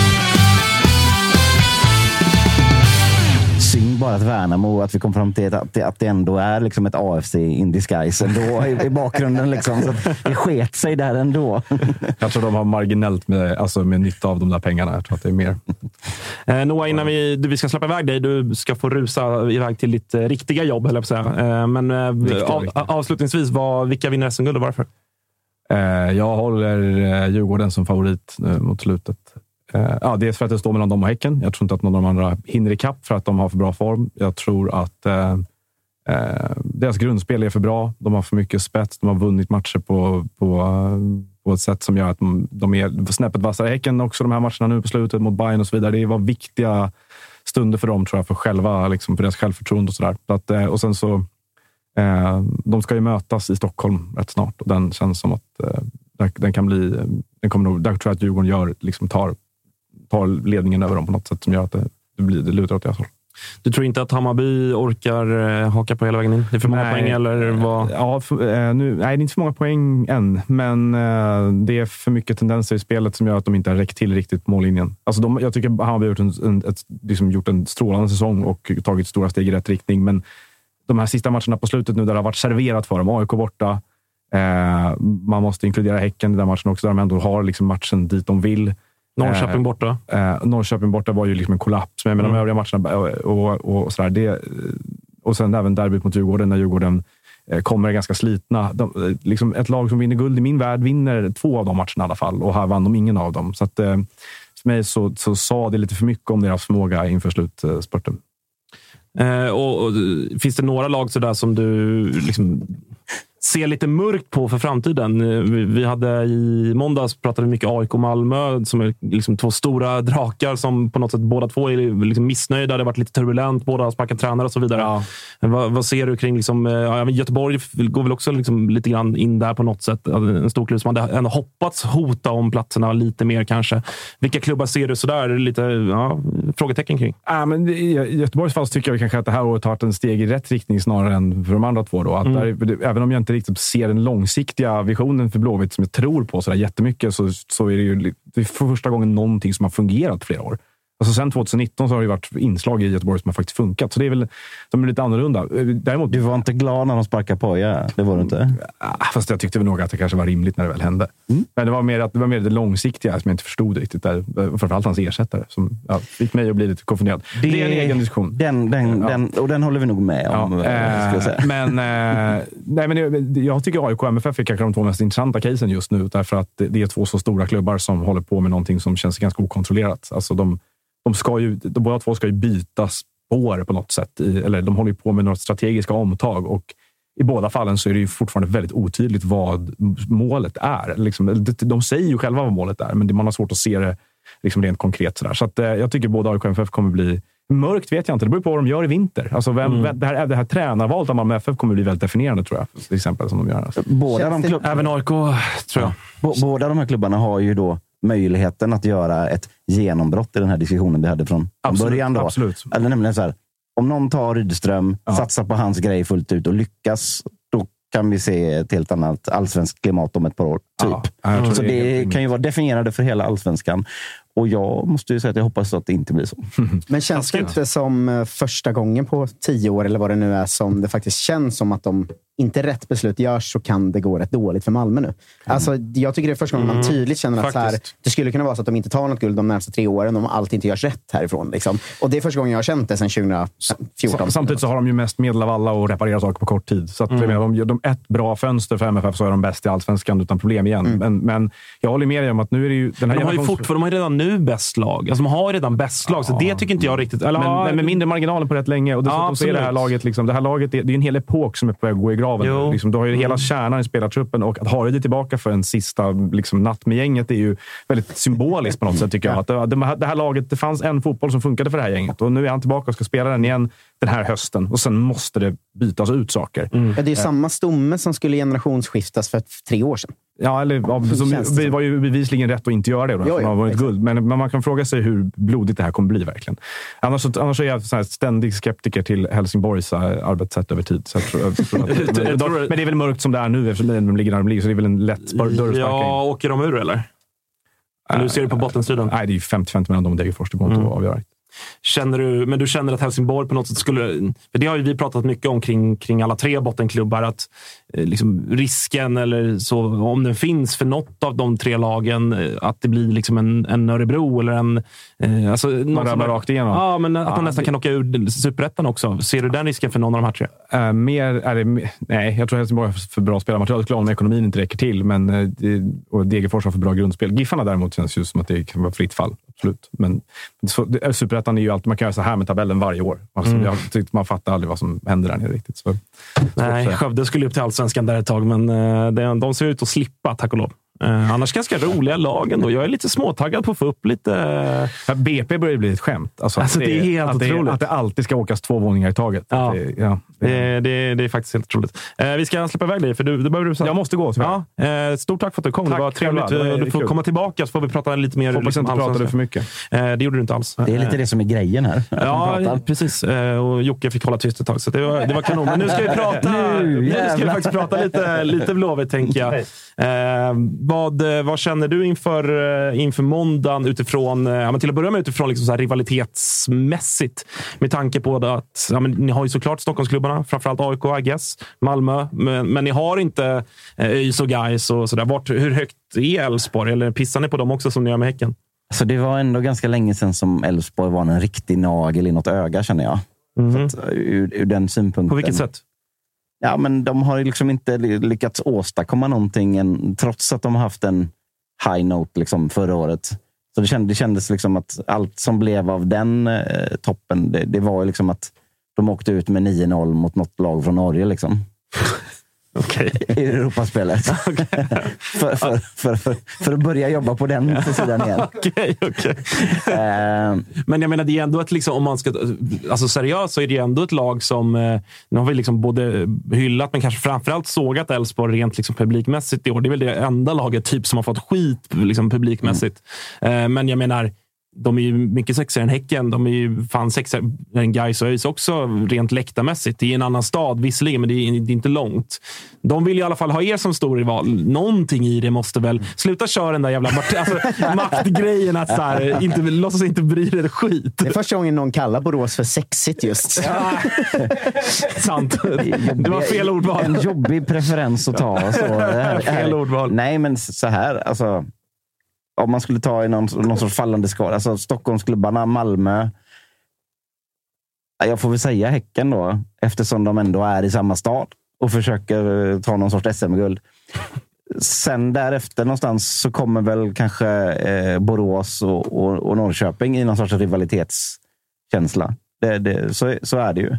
Synd bara att Värnamo, att vi kom fram till att det ändå är liksom ett AFC in disguise ändå i bakgrunden liksom, så att det sket sig där ändå. Jag tror de har marginellt med nytta av de där pengarna. Jag tror att det är mer. Noah, innan vi ska släppa iväg dig, du ska få rusa iväg till ditt riktiga jobb, eller så säga. Men avslutningsvis, vilka vinner SM-guld och varför? Jag håller Djurgården som favorit mot slutet. Dels för att det står mellan dem och Häcken. Jag tror inte att någon av de andra hinner i kapp för att de har för bra form. Jag tror att deras grundspel är för bra. De har för mycket spets. De har vunnit matcher på ett sätt som gör att de är snäppet vassare. Häcken också, de här matcherna nu på slutet mot Bayern och så vidare. Det var viktiga stunder för dem, tror jag, för själva, liksom, för deras självförtroende och sådär. Och sen så de ska ju mötas i Stockholm rätt snart och den känns som att den kan bli, där tror jag att Djurgården tar ledningen över dem på något sätt som gör att det lutar åt deras håll. Du tror inte att Hammarby orkar haka på hela vägen in? Det är för många poäng eller vad? Ja, nej, det är inte för många poäng än, men det är för mycket tendenser i spelet som gör att de inte har räckt till riktigt mållinjen. Alltså jag tycker Hammarby har gjort en strålande säsong och tagit stora steg i rätt riktning, men de här sista matcherna på slutet nu där det har varit serverat för dem, AIK borta, man måste inkludera Häcken i den matchen också, där de ändå har liksom matchen dit de vill. Norrköping borta. Norrköping borta var ju liksom en kollaps. Men de övriga matcherna och sådär. Och sen även derbyt mot Djurgården, när Djurgården kommer ganska slitna. Liksom ett lag som vinner guld i min värld vinner 2 av de matcherna i alla fall. Och här vann de ingen av dem. Så att För mig så sa det lite för mycket om deras förmåga inför slutspurten. Och finns det några lag så där som du liksom ser lite mörkt på för framtiden? Vi hade i måndags pratade mycket AIK och Malmö som är liksom två stora drakar som på något sätt båda två är liksom missnöjda. Det har varit lite turbulent, båda har sparkat tränare och så vidare. Ja. Vad ser du kring liksom, Göteborg går väl också liksom lite grann in där på något sätt. En stor klubb som hade ändå hoppats hota om platserna lite mer kanske. Vilka klubbar ser du så där lite frågetecken kring? Men i Göteborgs fall tycker jag kanske att det här året har tagit en steg i rätt riktning snarare än för de andra två då. Att även om jag inte riktigt ser den långsiktiga visionen för Blåvitt som jag tror på så där jättemycket, så är det ju för första gången någonting som har fungerat flera år. Alltså sen 2019 så har det varit inslag i Göteborg som har faktiskt funkat. Så det är väl, de är lite annorlunda. Däremot, du var inte glad när de sparkade på, det var du inte. Fast jag tyckte väl nog att det kanske var rimligt när det väl hände. Men det var mer det långsiktiga som jag inte förstod riktigt. Där, framförallt hans ersättare som fick mig att bli lite konfunderad. Det är en egen diskussion. Den håller vi nog med om. Men jag tycker AIK och MFF är kanske de två mest intressanta casen just nu. Därför att det är två så stora klubbar som håller på med någonting som känns ganska okontrollerat. Alltså de båda två ska ju byta spår på något sätt. Eller de håller ju på med några strategiska omtag. Och i båda fallen så är det ju fortfarande väldigt otydligt vad målet är. Liksom, de säger ju själva vad målet är. Men man har svårt att se det liksom rent konkret. Så att, jag tycker båda AIK och MFF kommer bli... Mörkt vet jag inte. Det beror på vad de gör i vinter. Alltså det här tränarvalet av Malmö FF kommer bli väldigt definierande tror jag. Till exempel som de gör. Alltså. Även AIK tror jag. Båda de här klubbarna har ju då möjligheten att göra ett genombrott i den här diskussionen vi hade från början då. Absolut. Eller nämligen så här, om någon tar Rydström, satsar på hans grej fullt ut och lyckas, då kan vi se ett helt annat allsvensk klimat om ett par år. Typ. Så det kan ju vara definierande för hela allsvenskan. Och jag måste ju säga att jag hoppas att det inte blir så. Men känns det inte som första gången på 10 år eller vad det nu är som det faktiskt känns som att de inte rätt beslut görs så kan det gå rätt dåligt för Malmö nu. Alltså, jag tycker det är första gången man tydligt känner att så här, det skulle kunna vara så att de inte tar något guld de närmaste 3 åren om allt inte görs rätt härifrån. Liksom. Och det är första gången jag har känt det sedan 2014. Samtidigt så har de ju mest medel av alla och reparerar saker på kort tid. Så att, om de ett bra fönster för MFF så är de bäst i allsvenskan utan problem igen. Men jag håller med dig om att nu är det ju... De har ju redan nu bäst lag. Alltså de har ju redan bäst lag, så det tycker inte jag riktigt... Men med mindre marginaler på rätt länge. Och dessutom så är det här laget, liksom, det är en hel epok som är på väg att gå i graven. Liksom, du har ju hela kärnan i spelartruppen och att ha det tillbaka för en sista liksom, natt med gänget är ju väldigt symboliskt på något sätt tycker jag. Att det här laget, det fanns en fotboll som funkade för det här gänget och nu är han tillbaka och ska spela den igen den här hösten och sen måste det bytas ut saker. Ja, det är samma stomme som skulle generationsskiftas för 3 år sedan. Ja, eller vi var ju bevisligen rätt att inte göra det då, som har varit guld. Men man kan fråga sig hur blodigt det här kommer bli verkligen. Annars är jag så här ständig skeptiker till Helsingborgs arbetssätt över tid. Så men det är väl mörkt som det är nu eftersom de ligger där de ligger, så det är väl en lätt dörrspark. Ja, åker de ur eller? Nu ser du på bottenstriden. Nej, det är ju 50-50 mellan dem och Degerfors. Det går inte att avgöra. Men du känner att Helsingborg på något sätt skulle... För det har ju vi pratat mycket om kring alla 3 bottenklubbar. Att liksom risken eller så, om den finns för något av de 3 lagen, att det blir liksom en Örebro eller en... Alltså, man ramlar rakt igenom. Ja, men att man nästan kan åka ur Superettan också. Ser du den risken för någon av de här 3? Nej, jag tror Helsingborg har för bra spelarmaterial. Det är klart om ekonomin inte räcker till, men och Degerfors har för bra grundspel. Giffarna däremot känns ju som att det kan vara fritt fall. Absolut. Men Superettan är ju alltid, man kan göra så här med tabellen varje år. Alltså, jag tyckte man fattar aldrig vad som händer där nere riktigt. Så, nej, Skövde skulle upp till allsvenskan där ett tag, men de ser ut att slippa, tack och lov. Annars ganska roliga lagen då. Jag är lite småtaggad på att få upp lite... BP börjar bli ett skämt. Alltså det är helt otroligt. Att det alltid ska åkas 2 våningar i taget. Ja. Det är faktiskt helt otroligt. Vi ska släppa iväg dig, för du behöver... Jag måste gå. Ja. Stort tack för att du kom. Tack, det var trevligt. Du får komma tillbaka så får vi prata lite mer. Hoppas inte pratade för mycket. Det gjorde du inte alls. Det är lite det som är grejen här. Ja, precis. Och Jocke fick hålla tyst ett tag, så det var kanon. Men nu ska vi prata... Nu ska vi faktiskt prata lite Blåvitt, tänker jag. Vad känner du inför måndagen utifrån, till att börja med utifrån liksom så här rivalitetsmässigt, med tanke på att ni har ju såklart Stockholmsklubbarna, framförallt AIK, AGS, Malmö, men ni har inte ÖIS och Gais och sådär. Hur högt är Elfsborg, eller pissar ni på dem också som ni gör med Häcken? Så det var ändå ganska länge sedan som Elfsborg var en riktig nagel i något öga, känner jag. Så att, ur den synpunkten. På vilket sätt? Ja, men de har liksom inte lyckats åstadkomma någonting trots att de har haft en high note liksom förra året. Så det kändes liksom att allt som blev av den toppen, det var ju liksom att de åkte ut med 9-0 mot något lag från Norge liksom. Okay. I Europaspelet. Okay. för att börja jobba på den sidan igen. Okay. Men jag menar, det är ändå ett liksom, om man ska, alltså seriöst så är det ändå ett lag som nu har vi liksom både hyllat men kanske framförallt sågat Elfsborg rent liksom publikmässigt i år. Det är väl det enda laget typ som har fått skit liksom publikmässigt. Men jag menar, de är ju mycket sexigare än Häcken. De är ju fan sexigare än Gais och ÖIS också rent läktarmässigt. Det är en annan stad visserligen, men det är inte långt. De vill i alla fall ha er som stor rival. Någonting i det måste väl... Sluta köra den där jävla maktgrejen att så här, låtsas inte bry dig skit. Det är första gången någon kallar Borås för sexigt just. Sant. Det var fel ordval. En jobbig preferens att ta. Så. Fel ordval. Nej, men så här, alltså... Om man skulle ta i någon sorts fallande skala. Alltså Stockholm skulle banna Malmö. Jag får väl säga Häcken då. Eftersom de ändå är i samma stad. Och försöker ta någon sorts SM-guld. Sen därefter någonstans så kommer väl kanske Borås och Norrköping i någon sorts rivalitetskänsla. Så är det ju.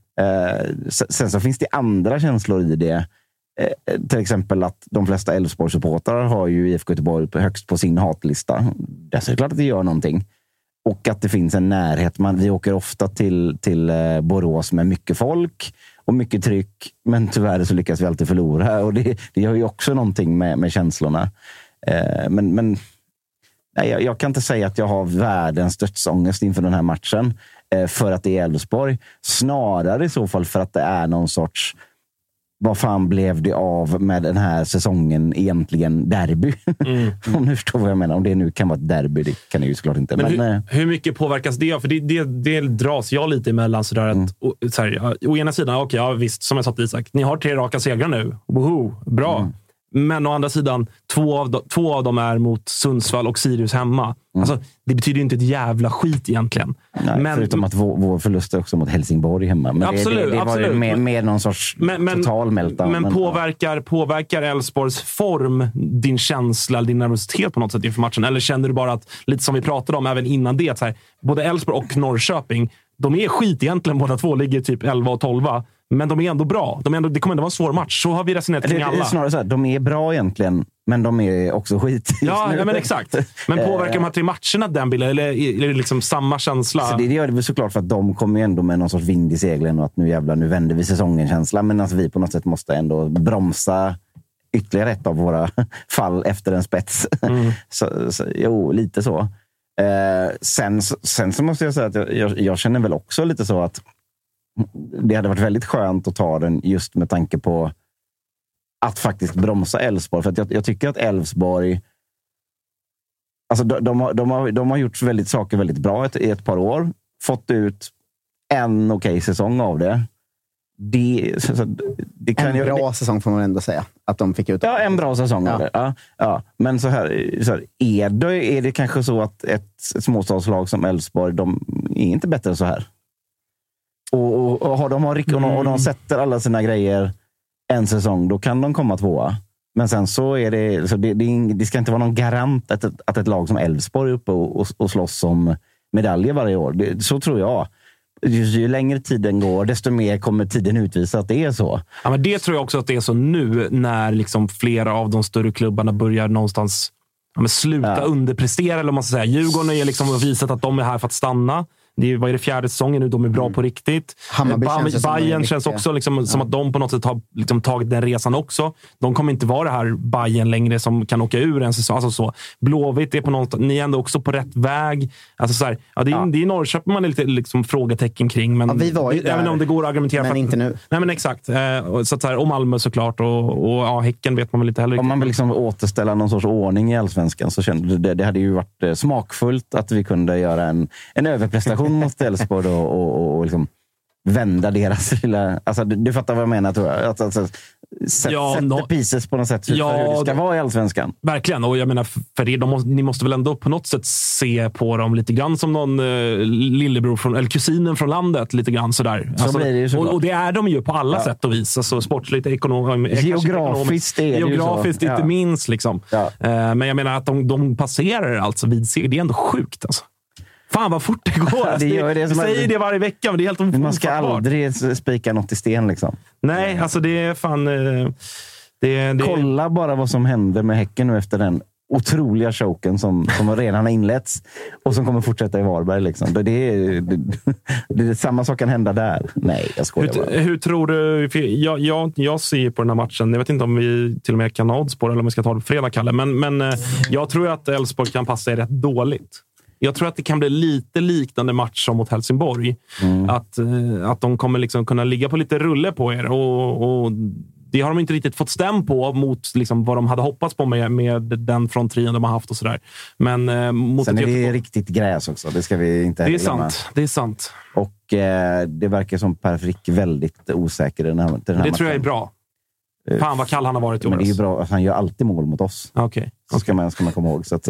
Sen så finns det andra känslor i det. Till exempel att de flesta Elfsborg-supportrar har ju IFK Göteborg högst på sin hatlista. Det är så klart att det gör någonting. Och att det finns en närhet. Vi åker ofta till Borås med mycket folk och mycket tryck. Men tyvärr så lyckas vi alltid förlora. Och det gör ju också någonting med känslorna. Men nej, jag kan inte säga att jag har världens dödsångest inför den här matchen. För att det är Elfsborg. Snarare i så fall för att det är någon sorts... Vad fan blev det av med den här säsongen egentligen derby? Om du förstår vad jag menar. Om det nu kan vara ett derby, det kan det ju såklart inte. Men hur mycket påverkas det? För det dras jag lite emellan sådär att, så här, å ena sidan, okej, ja, visst, som jag sa till Isak, ni har 3 raka segrar nu. Woho, bra. Men å andra sidan, två av dem är mot Sundsvall och Sirius hemma. Alltså, det betyder ju inte ett jävla skit egentligen. Nej, men, förutom att vår förlust är också mot Helsingborg hemma. Men absolut, det var ju med någon sorts total meltdown. Men påverkar Elfsborgs form din känsla eller din nervositet på något sätt inför matchen? Eller känner du bara att, lite som vi pratade om även innan det, att så här, både Elfsborg och Norrköping, de är skit egentligen, båda två ligger typ 11 och 12. Men de är ändå bra. Det kommer ändå vara en svår match. Så har vi resonerat kring alla. Det är snarare så här, de är bra egentligen, men de är också skit just nu. Ja, men exakt. Men påverkar de här 3 matcherna den bilden? Eller är det liksom samma känsla? Så det gör det väl såklart, för att de kommer ju ändå med någon sorts vind i seglen och att nu vänder vi säsongen-känsla. Men alltså vi på något sätt måste ändå bromsa ytterligare ett av våra fall efter en spets. Jo, lite så. Sen så måste jag säga att jag känner väl också lite så att det hade varit väldigt skönt att ta den just med tanke på att faktiskt bromsa Elfsborg. För att jag tycker att Elfsborg, alltså de har gjort saker väldigt bra i ett par år. Fått ut en okej säsong av det. Det kan en bra säsong får man ändå säga. Att de fick ut. Ja, en bra säsong av det. Ja. Men så här är det kanske så att ett småstadslag som Elfsborg, de är inte bättre så här. Och de sätter alla sina grejer en säsong, då kan de komma 2. Men sen så är det ska inte vara någon garant att ett lag som Elfsborg är uppe och slåss om medaljer varje år. Så tror jag. Ju längre tiden går, desto mer kommer tiden utvisa att det är så. Ja, men det tror jag också att det är så nu, när liksom flera av de större klubbarna börjar någonstans sluta underprestera, eller om man ska säga. Djurgården är liksom visat att de är här för att stanna. Det är 4:e säsongen nu, de är bra på riktigt. Bayern känns också liksom som att de på något sätt har liksom tagit den resan också. De kommer inte vara det här Bayern längre som kan åka ur en säsong. Alltså så. Blåvitt är på något, ni är ändå också på rätt väg. Alltså så här, det är Norrköping man är lite liksom frågetecken kring. Men vi var ju där, även om det går att argumentera men för inte nu. Nej, men exakt. Så att så här, och Malmö såklart. Och Häcken vet man väl inte heller. Om man vill liksom återställa någon sorts ordning i Allsvenskan, så kände det hade ju varit smakfullt att vi kunde göra en överprestation mot Elfsborg och liksom vända deras lilla... Alltså, du fattar vad jag menar, tror jag. Alltså, sätter pieces på något sätt för hur det ska vara i Allsvenskan. Verkligen, och jag menar för ni måste väl ändå på något sätt se på dem lite grann som någon lillebror eller kusinen från landet lite grann sådär. Så blir det ju och det är de ju på alla sätt och vis. Alltså sportsligt, geografiskt är det geografiskt ju så. inte minst liksom. Men jag menar att de passerar alltså vid seger. Det är ändå sjukt alltså. Fan vad fort det går. Ja, det säger det varje vecka, men det är helt ofattbart. Man ska aldrig spika något i sten liksom. Nej, alltså det är fan... Kolla bara vad som händer med Häcken nu efter den otroliga choken som redan har inletts och som kommer fortsätta i Varberg. Liksom. Det är samma sak kan hända där. Nej, jag skojar bara. Hur tror du... Jag ser på den här matchen, jag vet inte om vi till och med kan ha odds på det eller om vi ska ta det på fredag, Kalle, men jag tror att Elfsborg kan passa rätt dåligt. Jag tror att det kan bli lite liknande match som mot Helsingborg. Att de kommer liksom kunna ligga på lite rulle på er. Och det har de inte riktigt fått stäm på mot liksom vad de hade hoppats på med den fronttrion de har haft och sådär. Men mot sen är det riktigt gräs också. Det ska vi inte heller glömma. Det är sant. Och det verkar som Per Frick väldigt osäker i den här matchen. Det tror jag är bra. Fan vad kall han har varit i år. Men det är ju bra att han gör alltid mål mot oss. Okej. Så ska man komma ihåg. Så att,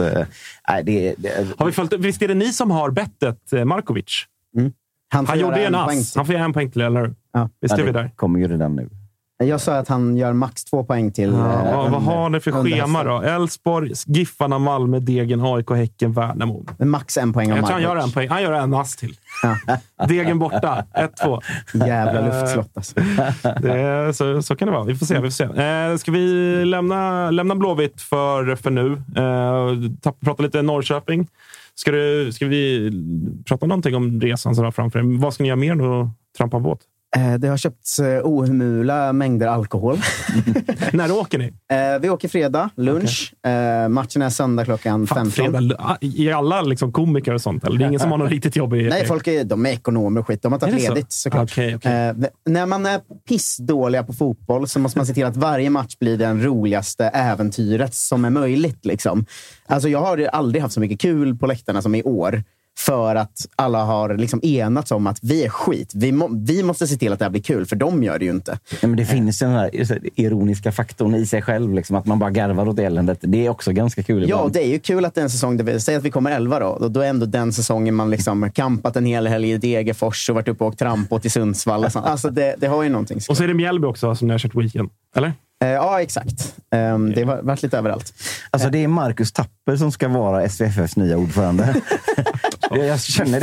har vi följt, visst är det ni som har bettet Markovic? Han gjorde en ass. Han får göra en poäng till, eller? Ja. Visst är vi där? Kommer ju redan nu. Jag sa att han gör max 2 poäng till... vad har ni för schema då? Elfsborg, Giffarna, Malmö, Degen, AIK, Häcken, Värnamo. Max 1 poäng av Markovic. Jag tror han gör en poäng. Han gör en ass till. Degen borta. 1-2. Jävla luftslott alltså. Så kan det vara. Vi får se. Ska vi lämna Blåvitt för nu? Prata lite Norrköping. Ska vi prata någonting om resan som var framför er? Vad ska ni göra mer då? Trampa båt? Det har köpts ohemula mängder alkohol. När åker ni? Vi åker fredag, lunch. Okay. Matchen är söndag klockan 15. Fredag, är alla liksom komiker och sånt? Eller det är ingen som har något riktigt jobb i... Nej, de är ekonomer och skit. De har tagit ledigt, såklart. Okay. När man är pissdåliga på fotboll så måste man se till att varje match blir den roligaste äventyret som är möjligt. Liksom. Alltså, jag har aldrig haft så mycket kul på läktarna som i år. För att alla har liksom enats om att vi är skit. Vi måste se till att det här blir kul, för de gör det ju inte. Ja, men det finns den här ironiska faktorn i sig själv. Liksom, att man bara garvar åt eländet. Det är också ganska kul ibland. Ja, det är ju kul att det är en säsong där vi säger att vi kommer 11 då är ändå den säsongen man liksom kampat en hel helg i Degerfors och varit uppe och trampot i Sundsvall. Alltså det har ju någonting. Och så är det Mjällby också som ni har kört weekend, eller? Ja, exakt. Det har varit lite överallt. Alltså det är Marcus Tapper som ska vara SVFFs nya ordförande. Jag känner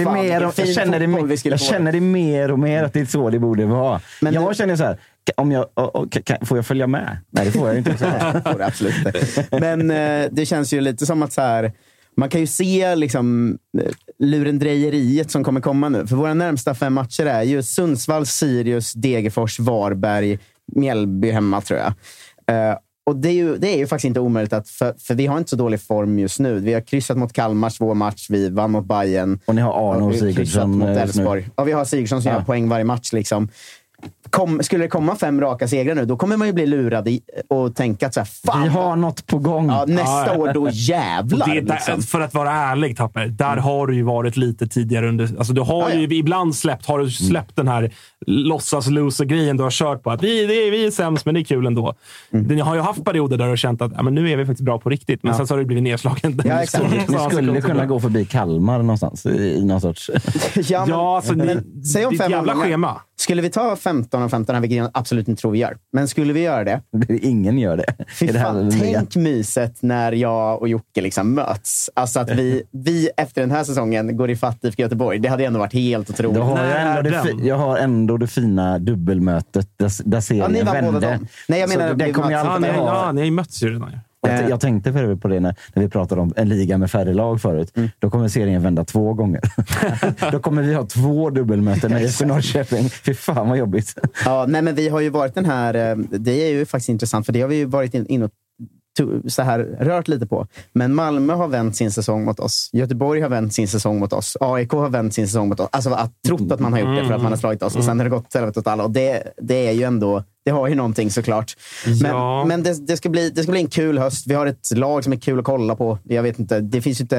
det mer och mer att det är så det borde vara. Men jag känner så här, får jag följa med? Nej, det får jag inte. Får det absolut inte. Men det känns ju lite som att så här, man kan ju se liksom lurendrejeriet som kommer komma nu. För våra närmsta 5 matcher är ju Sundsvall, Sirius, Degerfors, Varberg, Mjällby hemma, tror jag. Och det är ju faktiskt inte omöjligt att för vi har inte så dålig form just nu. Vi har kryssat mot Kalmar 2 match, vi vann mot Bayern. Och ni har Arno och Sigurdsson mot Elfsborg. Ja, vi har Sigurdsson som gör poäng varje match liksom. Skulle det komma 5 raka segrar nu, då kommer man ju bli lurad och tänka att så här, fan, vi har något på gång. Ja, nästa år då jävlar. Det liksom. För att vara ärlig, Tapper, där har du ju varit lite tidigare under... Alltså du har ju ibland släppt den här låtsas-loser-grejen du har kört på. Att vi är sämst, men det är kul ändå. Ni har ju haft perioder där du har känt att men nu är vi faktiskt bra på riktigt. Men sen så har du blivit nedslagen. Ja, exakt. Ni skulle kunna gå förbi Kalmar någonstans i någon sorts... Säg om 5 jävla schema. Skulle vi ta 15 och 15 här, vilket jag absolut inte tror vi gör. Men skulle vi göra det? Ingen gör det. Fy fan, tänk myset när jag och Jocke liksom möts. Alltså att vi efter den här säsongen går i fatt i Göteborg. Det hade ändå varit helt otroligt. Jag har ändå det fina dubbelmötet där serien vände. Nej, jag menar det kommer jag alltid ha. Ni möts ju redan. Jag tänkte för övrigt på det när vi pratade om en liga med färre lag förut. Då kommer serien vända 2 gånger. Då kommer vi ha 2 dubbelmöten med IFK Norrköping. Fy fan vad jobbigt. Ja, nej, men vi har ju varit den här... Det är ju faktiskt intressant, för det har vi ju varit in och så här rört lite på. Men Malmö har vänt sin säsong mot oss. Göteborg har vänt sin säsong mot oss. AIK har vänt sin säsong mot oss. Alltså att trott att man har gjort det för att man har slagit oss. Och sen har det gått till helvete åt alla. Och det är ju ändå... Det har ju någonting såklart. Men det ska bli en kul höst. Vi har ett lag som är kul att kolla på. Jag vet inte. Det finns ju inte...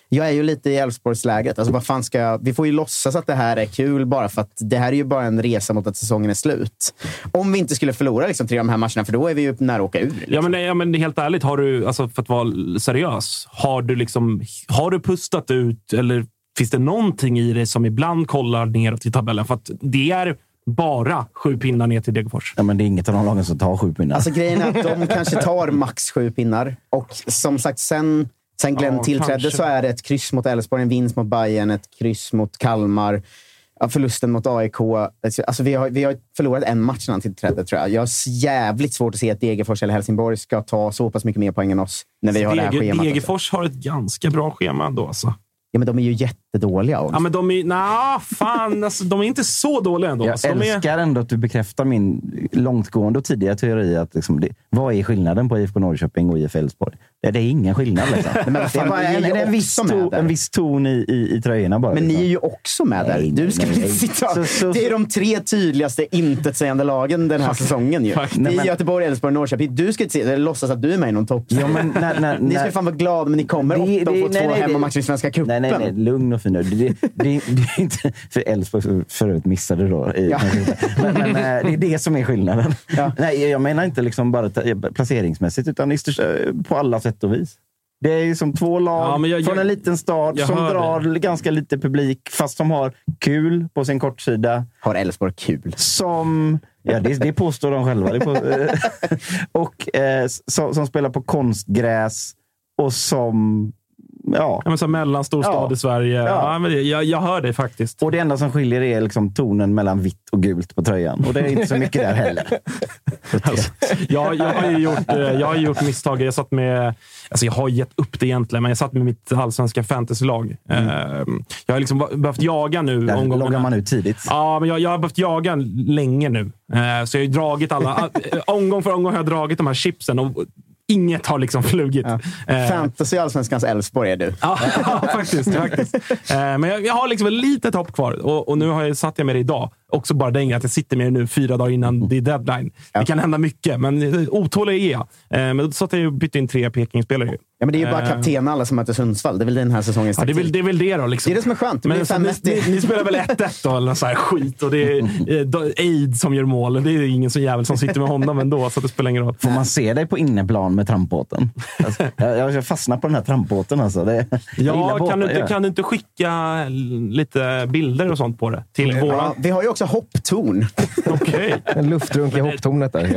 Jag är ju lite i Elfsborgsläget. Alltså, vad fan ska jag... Vi får ju låtsas att det här är kul bara för att det här är ju bara en resa mot att säsongen är slut. Om vi inte skulle förlora liksom 3 av de här matcherna, för då är vi ju nära att åka ur. Liksom. Ja, men helt ärligt, har du, alltså, för att vara seriös, har du pustat ut, eller finns det någonting i det som ibland kollar neråt i tabellen? För att det är bara 7 pinnar ner till Degerfors. Ja, men det är inget av de lagen som tar 7 pinnar. Alltså grejen är att de kanske tar max 7 pinnar. Och som sagt, sen Glenn tillträdde kanske. Så är det ett kryss mot Elfsborg, en vinst mot Bayern, ett kryss mot Kalmar, förlusten mot AIK. Alltså vi har förlorat en match när han tillträdde, tror jag. Jag har jävligt svårt att se att Degerfors eller Helsingborg ska ta så pass mycket mer poäng än oss när vi har det här schemat. Degerfors har ett ganska bra schema då, alltså. Ja, men de är ju jättedåliga också. Ja, men de är... alltså, de är inte så dåliga ändå. Jag alltså, älskar ändå att du bekräftar min långtgående och tidiga teori att liksom, vad är skillnaden på IFK Norrköping och IF Elfsborg? Det är ingen skillnad. Liksom. Men det är bara en viss ton i tröjorna bara. Men liksom. ni är ju också med där. Du ska väl sitta... Det är de 3 tydligaste intetsägande lagen den här säsongen. Ju. Det är Göteborg, Elfsborg och Norrköping. Du ska inte låtsas att du är med i någon topp. Ja, ni ska fan vara glada, men ni kommer 8 och få 2 hemmamatcher i Svenska cupen. Nej, lugn och fin. Det är inte... För Elfsborg förut missade då. Men det är det som är skillnaden. Ja. Nej, jag menar inte liksom bara placeringsmässigt, utan på alla sätt och vis. Det är ju som 2 lag från en liten stad som drar ganska lite publik, fast som har kul på sin kortsida. Har Elfsborg kul? Som... Ja, det påstår de själva. Och som spelar på konstgräs och som... Ja, men så mellanstor stad i Sverige. Ja, men jag hör det faktiskt. Och det enda som skiljer är liksom tonen mellan vitt och gult på tröjan. Och det är inte så mycket där heller. Alltså, jag har gjort misstag. Jag satt med... Alltså jag har gett upp det egentligen, men jag satt med mitt allsvenska fantasylag. Jag har liksom behövt jaga nu. Loggar man ut tidigt. Ja, men jag har behövt jaga länge nu. Så jag har ju dragit alla... omgång för omgång har jag dragit de här chipsen och... Inget har liksom flugit. Fantasy allsvenskans Elfsborg är du. Ja, faktiskt. Men jag har liksom ett litet hopp kvar. Och nu har jag satt med det idag. Också bara det att jag sitter med det nu 4 dagar innan det är deadline. Det kan hända mycket, men otålig är jag. Men då satt jag och bytte in 3 Peking-spelare. Ja, men det är ju bara kapten alla som möter Sundsvall. Det är väl den här säsongens taktik. Det är väl det då. Liksom. Det är det som är skönt. Men ni spelar väl 1-1 då, eller så här skit. Och det är Aid som gör mål. Det är ingen så jävel som sitter med honom ändå, så det spelar ingen roll. Får man se dig på inneplan med trampbåten? Alltså, jag fastnar på den här trampbåten. Alltså. Kan du inte skicka lite bilder och sånt på det? Till våra... Vi har ju också hopptorn. Okej. En luftrunk i hopptornet där.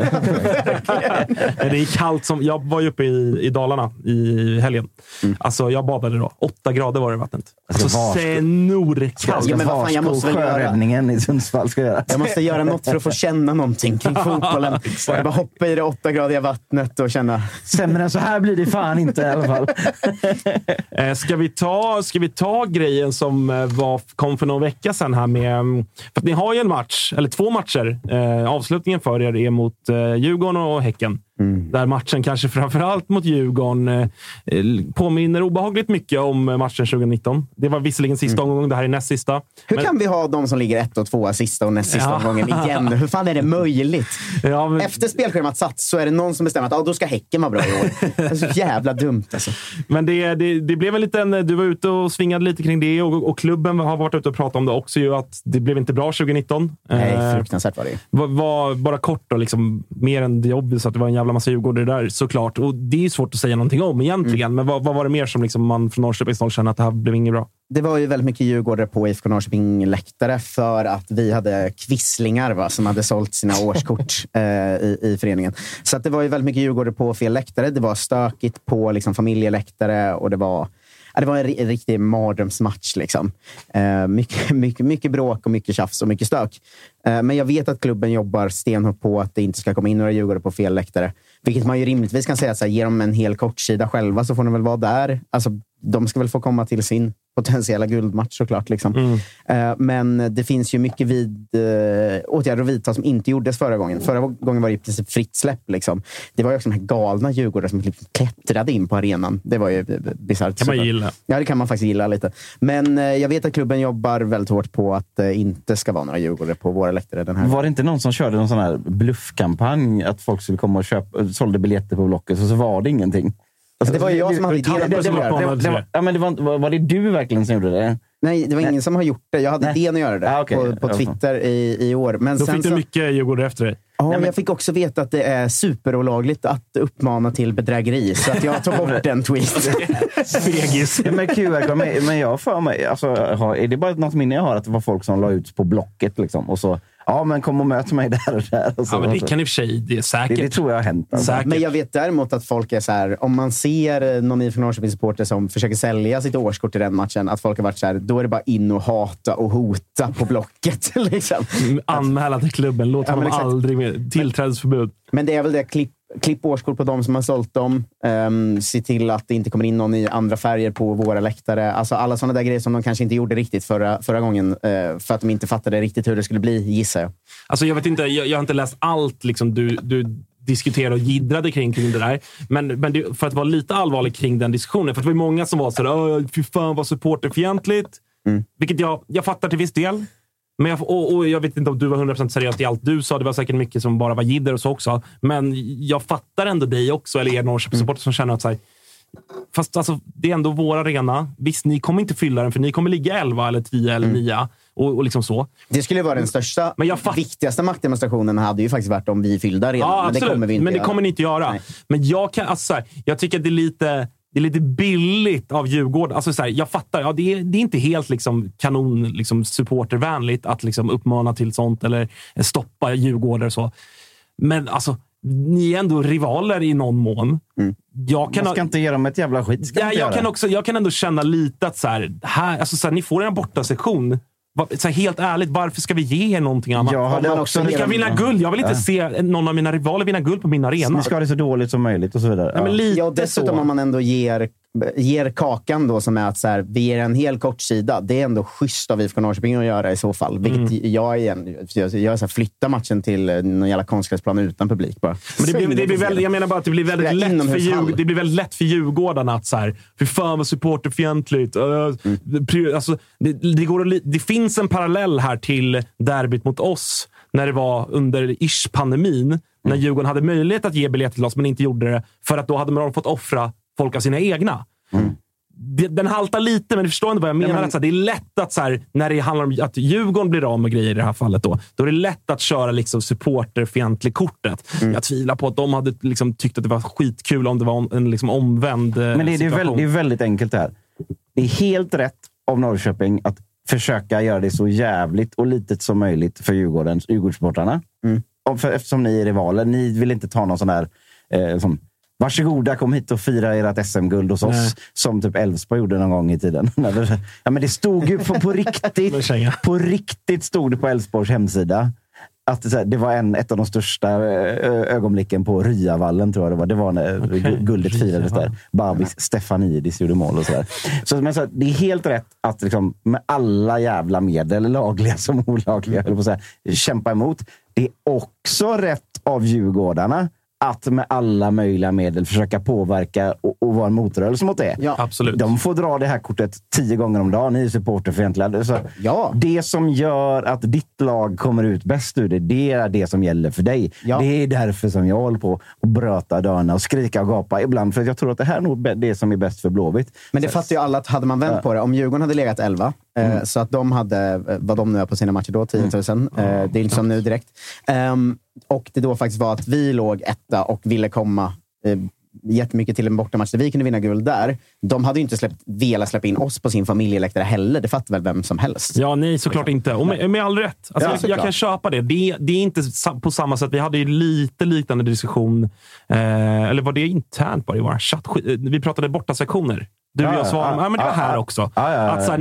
Det är kallt som... Jag var ju uppe i Dalarna i helgen. Alltså jag badade då. 8 grader var det i vattnet. Alltså snorkallt. Ja, men vad fan, jag måste sjöräddningen i Sundsvall ska göra. Jag måste göra något för att få känna någonting kring fotbollen. Jag bara hoppa i det 8-gradiga vattnet och känna... Sämre än så här blir det fan inte i alla fall. Ska vi ta grejen som kom för någon vecka sedan här med... För att ni har ju en match, eller 2 matcher. Avslutningen för er är mot Djurgården och Häcken. Där matchen kanske framförallt mot Djurgården påminner obehagligt mycket om matchen 2019. Det var visserligen sista omgången, det här är näst sista. Hur kan vi ha de som ligger 1 och 2 sista och näst sista omgången igen? Hur fan är det möjligt? Efter spelschemat satt så är det någon som bestämmer att då ska Häcken vara bra i år. Det är så jävla dumt alltså. Men det blev en liten... Du var ute och svingade lite kring det och klubben har varit ute och pratat om det också ju, att det blev inte bra 2019. Nej, fruktansvärt var det. Var bara kort och liksom mer än det jobbigt, så att det var en jävla massa Djurgårdare där såklart. Och det är ju svårt att säga någonting om egentligen. Men vad var det mer som liksom man från Norrköpings håll kände att det här blev inget bra? Det var ju väldigt mycket Djurgårdare på IFK Norrköping-läktare för att vi hade kvisslingar som hade sålt sina årskort i föreningen. Så att det var ju väldigt mycket Djurgårdare på fel läktare. Det var stökigt på liksom, familjeläktare och det var en riktig mardrömsmatch. Liksom. Mycket bråk och mycket tjafs och mycket stök. Men jag vet att klubben jobbar stenhårt på att det inte ska komma in några Djurgårdare på fel läktare. Vilket man ju rimligtvis kan säga, så här, ge dem en hel kortsida själva så får de väl vara där. Alltså, de ska väl få komma till sin potentiella guldmatch såklart. Liksom. Men det finns ju mycket åtgärder att vidta som inte gjordes förra gången. Förra gången var det i princip fritt släpp. Liksom. Det var ju också de här galna Djurgårdare som klättrade in på arenan. Det var ju bisarrt. Kan man gilla. Ja, det kan man faktiskt gilla lite. Men jag vet att klubben jobbar väldigt hårt på att det inte ska vara några Djurgårdare på våra läktare den här. Var det inte någon som körde någon sån här bluffkampanj att folk skulle komma och sålde biljetter på Blocket och så var det ingenting? Alltså, det var jag som hade idén. Var det du verkligen som gjorde det? Nej, det var ingen som har gjort det. Jag hade idén att göra det på Twitter i år. Men då sen fick du mycket Djurgårdare efter dig. Ja, jag fick också veta att det är superolagligt att uppmana till bedrägeri. Så att jag tog bort den tweeten. Fegis. Men QR, men jag för mig, alltså, är det bara något minne jag har att det var folk som la ut på Blocket liksom, och så, ja men kom och möt mig där och där. Och så, ja, men det kan i och för sig, det är säkert. Det tror jag har hänt. Alltså. Men jag vet däremot att folk är så här, om man ser någon IFK Norrköping-supporter som försöker sälja sitt årskort i den matchen, att folk har varit så här, då är det bara in och hata och hota på Blocket. Liksom. Anmäla till klubben, låt honom aldrig med tillträdesförbud. Men det är väl det, klipp årskort på de som har sålt dem. Se till att det inte kommer in någon i andra färger på våra läktare. Alltså alla sådana där grejer som de kanske inte gjorde riktigt förra gången. För att de inte fattade riktigt hur det skulle bli, gissar jag. Alltså jag vet inte, jag har inte läst allt liksom, du diskuterade och giddrade kring det där. Men det, för att vara lite allvarlig kring den diskussionen. För att det var många som var sådär, fy fan vad supporterfientligt. Vilket jag fattar till viss del. Men jag vet inte om du var 100% seriös i allt du sa. Det var säkert mycket som bara var jidder och så också. Men jag fattar ändå dig också, eller er Norrköpingssupporter som känner att så här, fast alltså, det är ändå vår arena. Visst, ni kommer inte fylla den, för ni kommer ligga 11 eller 10 eller 9 och liksom så. Det skulle vara den största, viktigaste maktdemonstrationen hade ju faktiskt varit om vi fyllde arenan. Ja, men det kommer vi inte men det göra. kommer ni inte göra. Nej. Men jag tycker att det är lite billigt av Djurgården. Alltså så här, jag fattar, det är inte helt liksom kanon liksom supportervänligt att liksom uppmana till sånt eller stoppa Djurgårdar och så. Men alltså, ni är ändå rivaler i någon mån. Man ska inte ge dem ett jävla skit. Jag kan ändå känna lite att så här, alltså så här, ni får en borta sektion. Så här, helt ärligt, varför ska vi ge er någonting annat? Ni kan vinna guld. Jag vill inte se någon av mina rivaler vinna guld på min arena. Ni ska ha det så dåligt som möjligt och så vidare. Ja, men lite dessutom så. Om man ändå ger kakan då, som är att så här, vi ger en hel kortsida. Det är ändå schysst av IFK Norrköping att göra i så fall. Vilket jag så här, flyttar matchen till någon jävla konstgräsplan utan publik bara. Men det blir väldigt, jag menar bara att det blir väldigt lätt för Djurgårdarna att så här, för fan vad supporterfientligt. Alltså, det finns en parallell här till derbyt mot oss när det var under pandemin när Djurgården hade möjlighet att ge biljetter till oss men inte gjorde det för att då hade man fått offra folk av sina egna. Den haltar lite, men du förstår inte vad jag menar. Att, så här, det är lätt att så här, när det handlar om att Djurgården blir av med grejer i det här fallet då är det lätt att köra liksom supporterfientlig kortet. Jag tvivlar på att de hade liksom tyckt att det var skitkul om det var en liksom omvänd men det är väldigt enkelt det här. Det är helt rätt av Norrköping att försöka göra det så jävligt och litet som möjligt för Djurgårdssportarna. Eftersom ni är rivaler, ni vill inte ta någon sån där som varsågoda, kom hit och fira ert SM-guld hos oss. Som typ Elfsborg gjorde någon gång i tiden. Ja, men det stod ju på riktigt. På riktigt stod det på Elfsborgs hemsida. Att det var ett av de största ögonblicken på Ryavallen, tror jag det var. Det var när guldet firades där. Babis Stefanidis gjorde mål och sådär. Men det är helt rätt att liksom, med alla jävla medel, lagliga som olagliga, kämpa emot. Det är också rätt av Djurgårdarna att med alla möjliga medel försöka påverka och vara en motrörelse mot det. Ja, absolut. De får dra det här kortet 10 gånger om dagen. Ni är supporterfientliga. Så det som gör att ditt lag kommer ut bäst ur det är det som gäller för dig. Ja. Det är därför som jag håller på och bröta dörrarna och skrika och gapa ibland. För jag tror att det här är nog det som är bäst för Blåvitt. Men det fattar ju alla att hade man vänt på det. Om Djurgården hade legat 11 så att de hade, vad de nu är på sina matcher då, 10 000. Det är inte som nu direkt. Och det då faktiskt var att vi låg etta och ville komma jättemycket till en bortamatch där vi kunde vinna guld där. De hade ju inte velat släppa in oss på sin familjeläktare heller. Det fattar väl vem som helst. Ja, nej, såklart inte. Och med all rätt. Alltså, jag kan köpa det. Det är inte på samma sätt. Vi hade ju lite liknande diskussion. Eller var det internt bara i vår chatt? Vi pratade borta sektioner. Du och jag Svanemar, men det var här också. Att så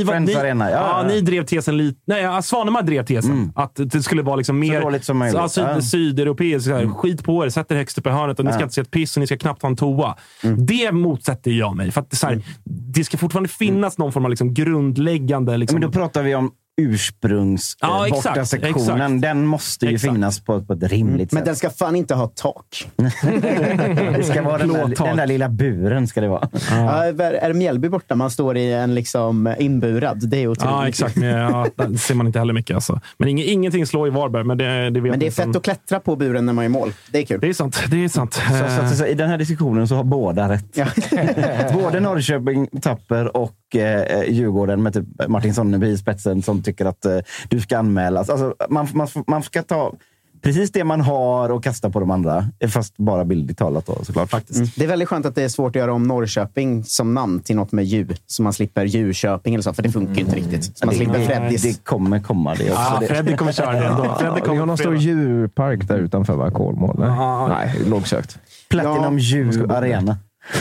här, ni drev tesen lite. Nej, Svanemar drev tesen att det skulle vara liksom mer sydeuropeisk, skit på er, sätter högst upp i hörnet och ni ska inte se ett piss och ni ska knappt ha en toa. Det motsätter jag mig, för att det ska fortfarande finnas någon form av liksom grundläggande liksom. Men då pratar vi om ursprungs borta sektionen. Den måste ju finnas på ett rimligt sätt. Men den ska fan inte ha tak. Det ska vara den där lilla buren ska det vara. Ja, är det Mjällby borta? Man står i en liksom inburad. Det är otroligt. Ja, exakt. Men, det ser man inte heller mycket. Alltså. Men ingenting slår i Varberg. Men det vet men det är fett att klättra på buren när man är i mål. Det är kul. Det är sant. Så i den här diskussionen så har båda rätt. Ja. Både Norrköping, Tapper och Djurgården med typ Martin Sonneby i spetsen som tycker att du ska anmälas. Alltså, man ska ta precis det man har och kasta på de andra. Fast bara bildligt talat då, såklart. Faktiskt. Det är väldigt skönt att det är svårt att göra om Norrköping som namn till något med djur. Så man slipper Djurköping eller så, för det funkar inte riktigt. Så man slipper Freddis. Det kommer komma det också. Freddy kommer köra det ändå. Det har någon stor djurpark där utanför, va? Kolmål. Nej, lågsökt. Platinum Djur Arena.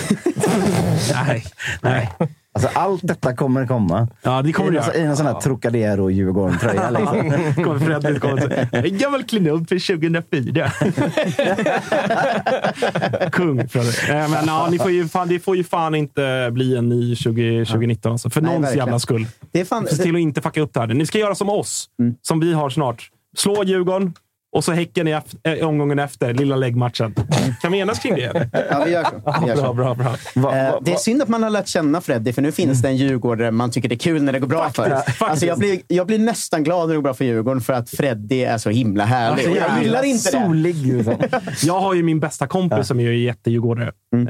Nej. Alltså allt detta kommer komma. Ja, det kommer det. I en sån här Trocadero Djurgården-tröja. Liksom. Kommer Fredrik en gammal klinubb för 2004. Kung Fredrik. Men ja, det får ju fan inte bli en ny 2019 alltså. För någons jävla skull. Det är fan, se till att inte fucka upp det här. Ni ska göra som oss. Som vi har snart. Slå Djurgården. Och så Häcken i omgången efter, lilla läggmatchen. Kan vi enas kring det? Ja, vi gör så. Bra. Det är synd att man har lärt känna Freddy, för nu finns det en Djurgårdare man tycker det är kul när det går bra för. Alltså, jag blir nästan glad när det går bra för Djurgården, för att Freddy är så himla härlig. Alltså, jag gillar inte det. Jag har ju min bästa kompis som är jättedjurgårdare.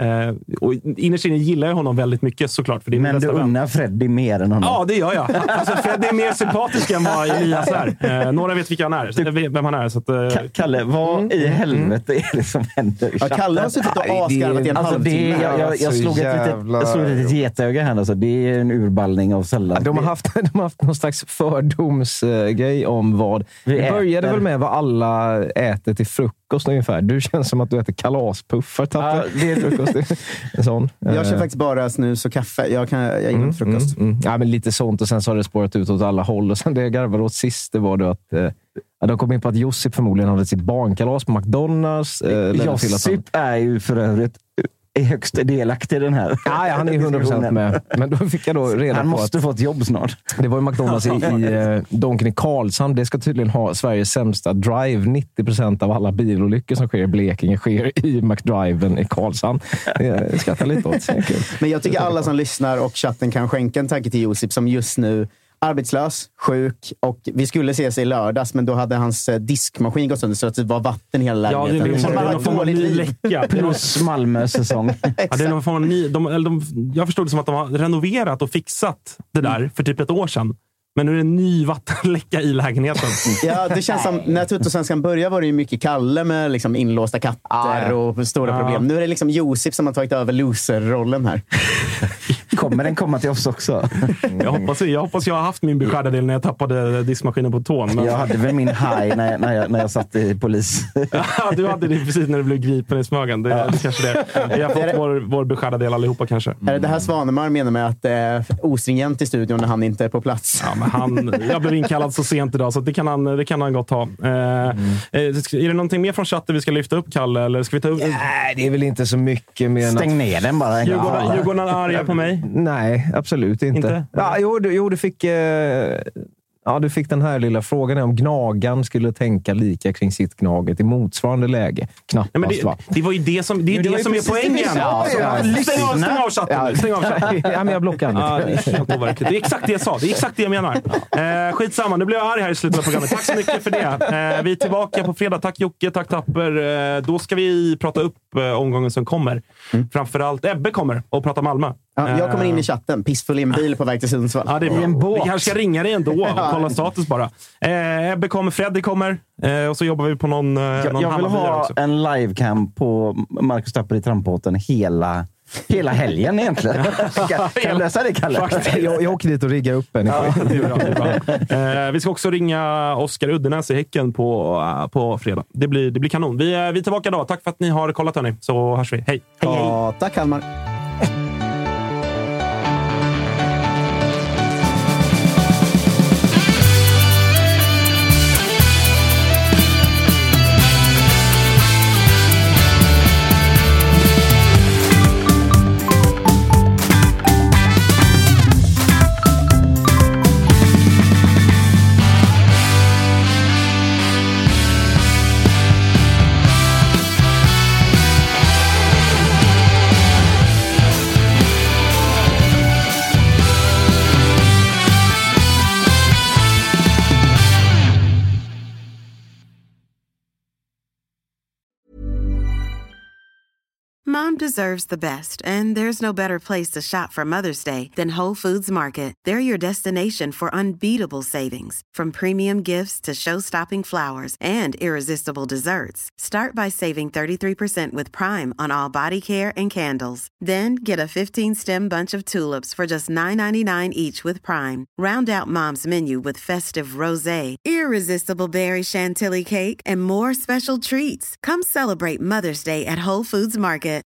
Och innerst inne gillar jag honom väldigt mycket, såklart. För det är men du unnar Freddy mer än honom? Ja, det gör jag. Alltså, Freddy är mer sympatisk än vad Elias är. Några vet vilka han är. Vem han är. Så att, Kalle, vad i helvete är det som händer? Ja, Kalle har suttit och asgarvat i en halvtimme. Jag slog ett litet getöga här. Alltså, det är en urballning av sällan. De har haft någon slags fördomsgrej om vad... Det började väl med vad alla äter till frukost ungefär. Du känns som att du äter kalaspuffar. Ja, det är frukost. En sån. Jag kör faktiskt bara snus och kaffe. Jag har ingen frukost. Ja, men lite sånt, och sen så har det spårat ut åt alla håll. Och sen det jag garvade åt sist, det var då att... de kom in på att Josip förmodligen hade sitt barnkalas på McDonalds. Josip är ju för övrigt högst delaktig i den här. Ja, han är 100% med. Men då fick jag då reda han på måste få ett jobb snart. Det var ju McDonalds i Donken i Karlshamn. Det ska tydligen ha Sveriges sämsta drive. 90% av alla bilolyckor som sker i Blekinge sker i McDriven i Karlshamn. Jag skrattar lite åt. Men jag tycker alla som lyssnar och chatten kan skänka en tanke till Josip, som just nu arbetslös, sjuk, och vi skulle ses i lördags, men då hade hans diskmaskin gått sönder så att det var vatten i hela lägenheten. Ja, det är någon form av ny läcka. Plus Malmö-säsong. Ja, det är någon form av ny... Jag förstod det som att de har renoverat och fixat det där för typ ett år sedan. Men nu är det en ny vattenläcka i lägenheten. Ja, det känns som när Tuttosvenskan började var det ju mycket Kalle med liksom inlåsta katter och stora problem. Nu är det liksom Josip som har tagit över loser-rollen här. Kommer den komma till oss också? Jag hoppas jag har haft min beskärda del när jag tappade diskmaskinen på tån. Men... Jag hade väl min high när jag satt i polis. Ja, du hade det precis när du blev gripen i Smögen. Det kanske det. Jag har fått vår beskärda del allihopa kanske. Är det här Svanemar menar med att det är ostringent i studion när han inte är på plats? Ja, men jag blev inkallad så sent idag, så det kan han gott ha. Är det någonting mer från chatten vi ska lyfta upp, Kalle? Eller ska vi ta upp? Nej, det är väl inte så mycket mer. Stäng ner den bara. Djurgården är arga på mig. Nej, absolut inte. Ja, jo, du fick... du fick den här lilla frågan om Gnagan skulle tänka lika kring sitt Gnaget i motsvarande läge. Knappast, ja, men det var ju det som är poängen. Stäng av chatten. Ja, men jag blockar det är exakt det jag sa. Det är exakt det jag menar. Skitsamma, nu blev jag arg här i slutet av programmet. Tack så mycket för det. Vi är tillbaka på fredag. Tack Jocke, tack Tapper. Då ska vi prata upp omgången som kommer. Framförallt Ebbe kommer och prata Malmö. Ja, jag kommer in i chatten, pissfull i en bil på väg till Sundsvall. Ja, det är en båt. Vi kanske ska ringa dig ändå och kolla status bara. Ebbe kommer, Freddy kommer, och så jobbar vi på någon jag vill ha också. En livecam på Marcus Tapper i trampbåten hela helgen egentligen. Kan jag lösa det, Kalle? Jag åker dit och riggar upp en. Ja, det är bra. Vi ska också ringa Oskar Uddenäs i Häcken på fredag. Det blir kanon. Vi är tillbaka då. Tack för att ni har kollat, hörni. Så hörs vi. Hej. Ja, tack Halmar. Mom deserves the best, and there's no better place to shop for Mother's Day than Whole Foods Market. They're your destination for unbeatable savings, from premium gifts to show-stopping flowers and irresistible desserts. Start by saving 33% with Prime on all body care and candles. Then get a 15-stem bunch of tulips for just $9.99 each with Prime. Round out Mom's menu with festive rosé, irresistible berry chantilly cake, and more special treats. Come celebrate Mother's Day at Whole Foods Market.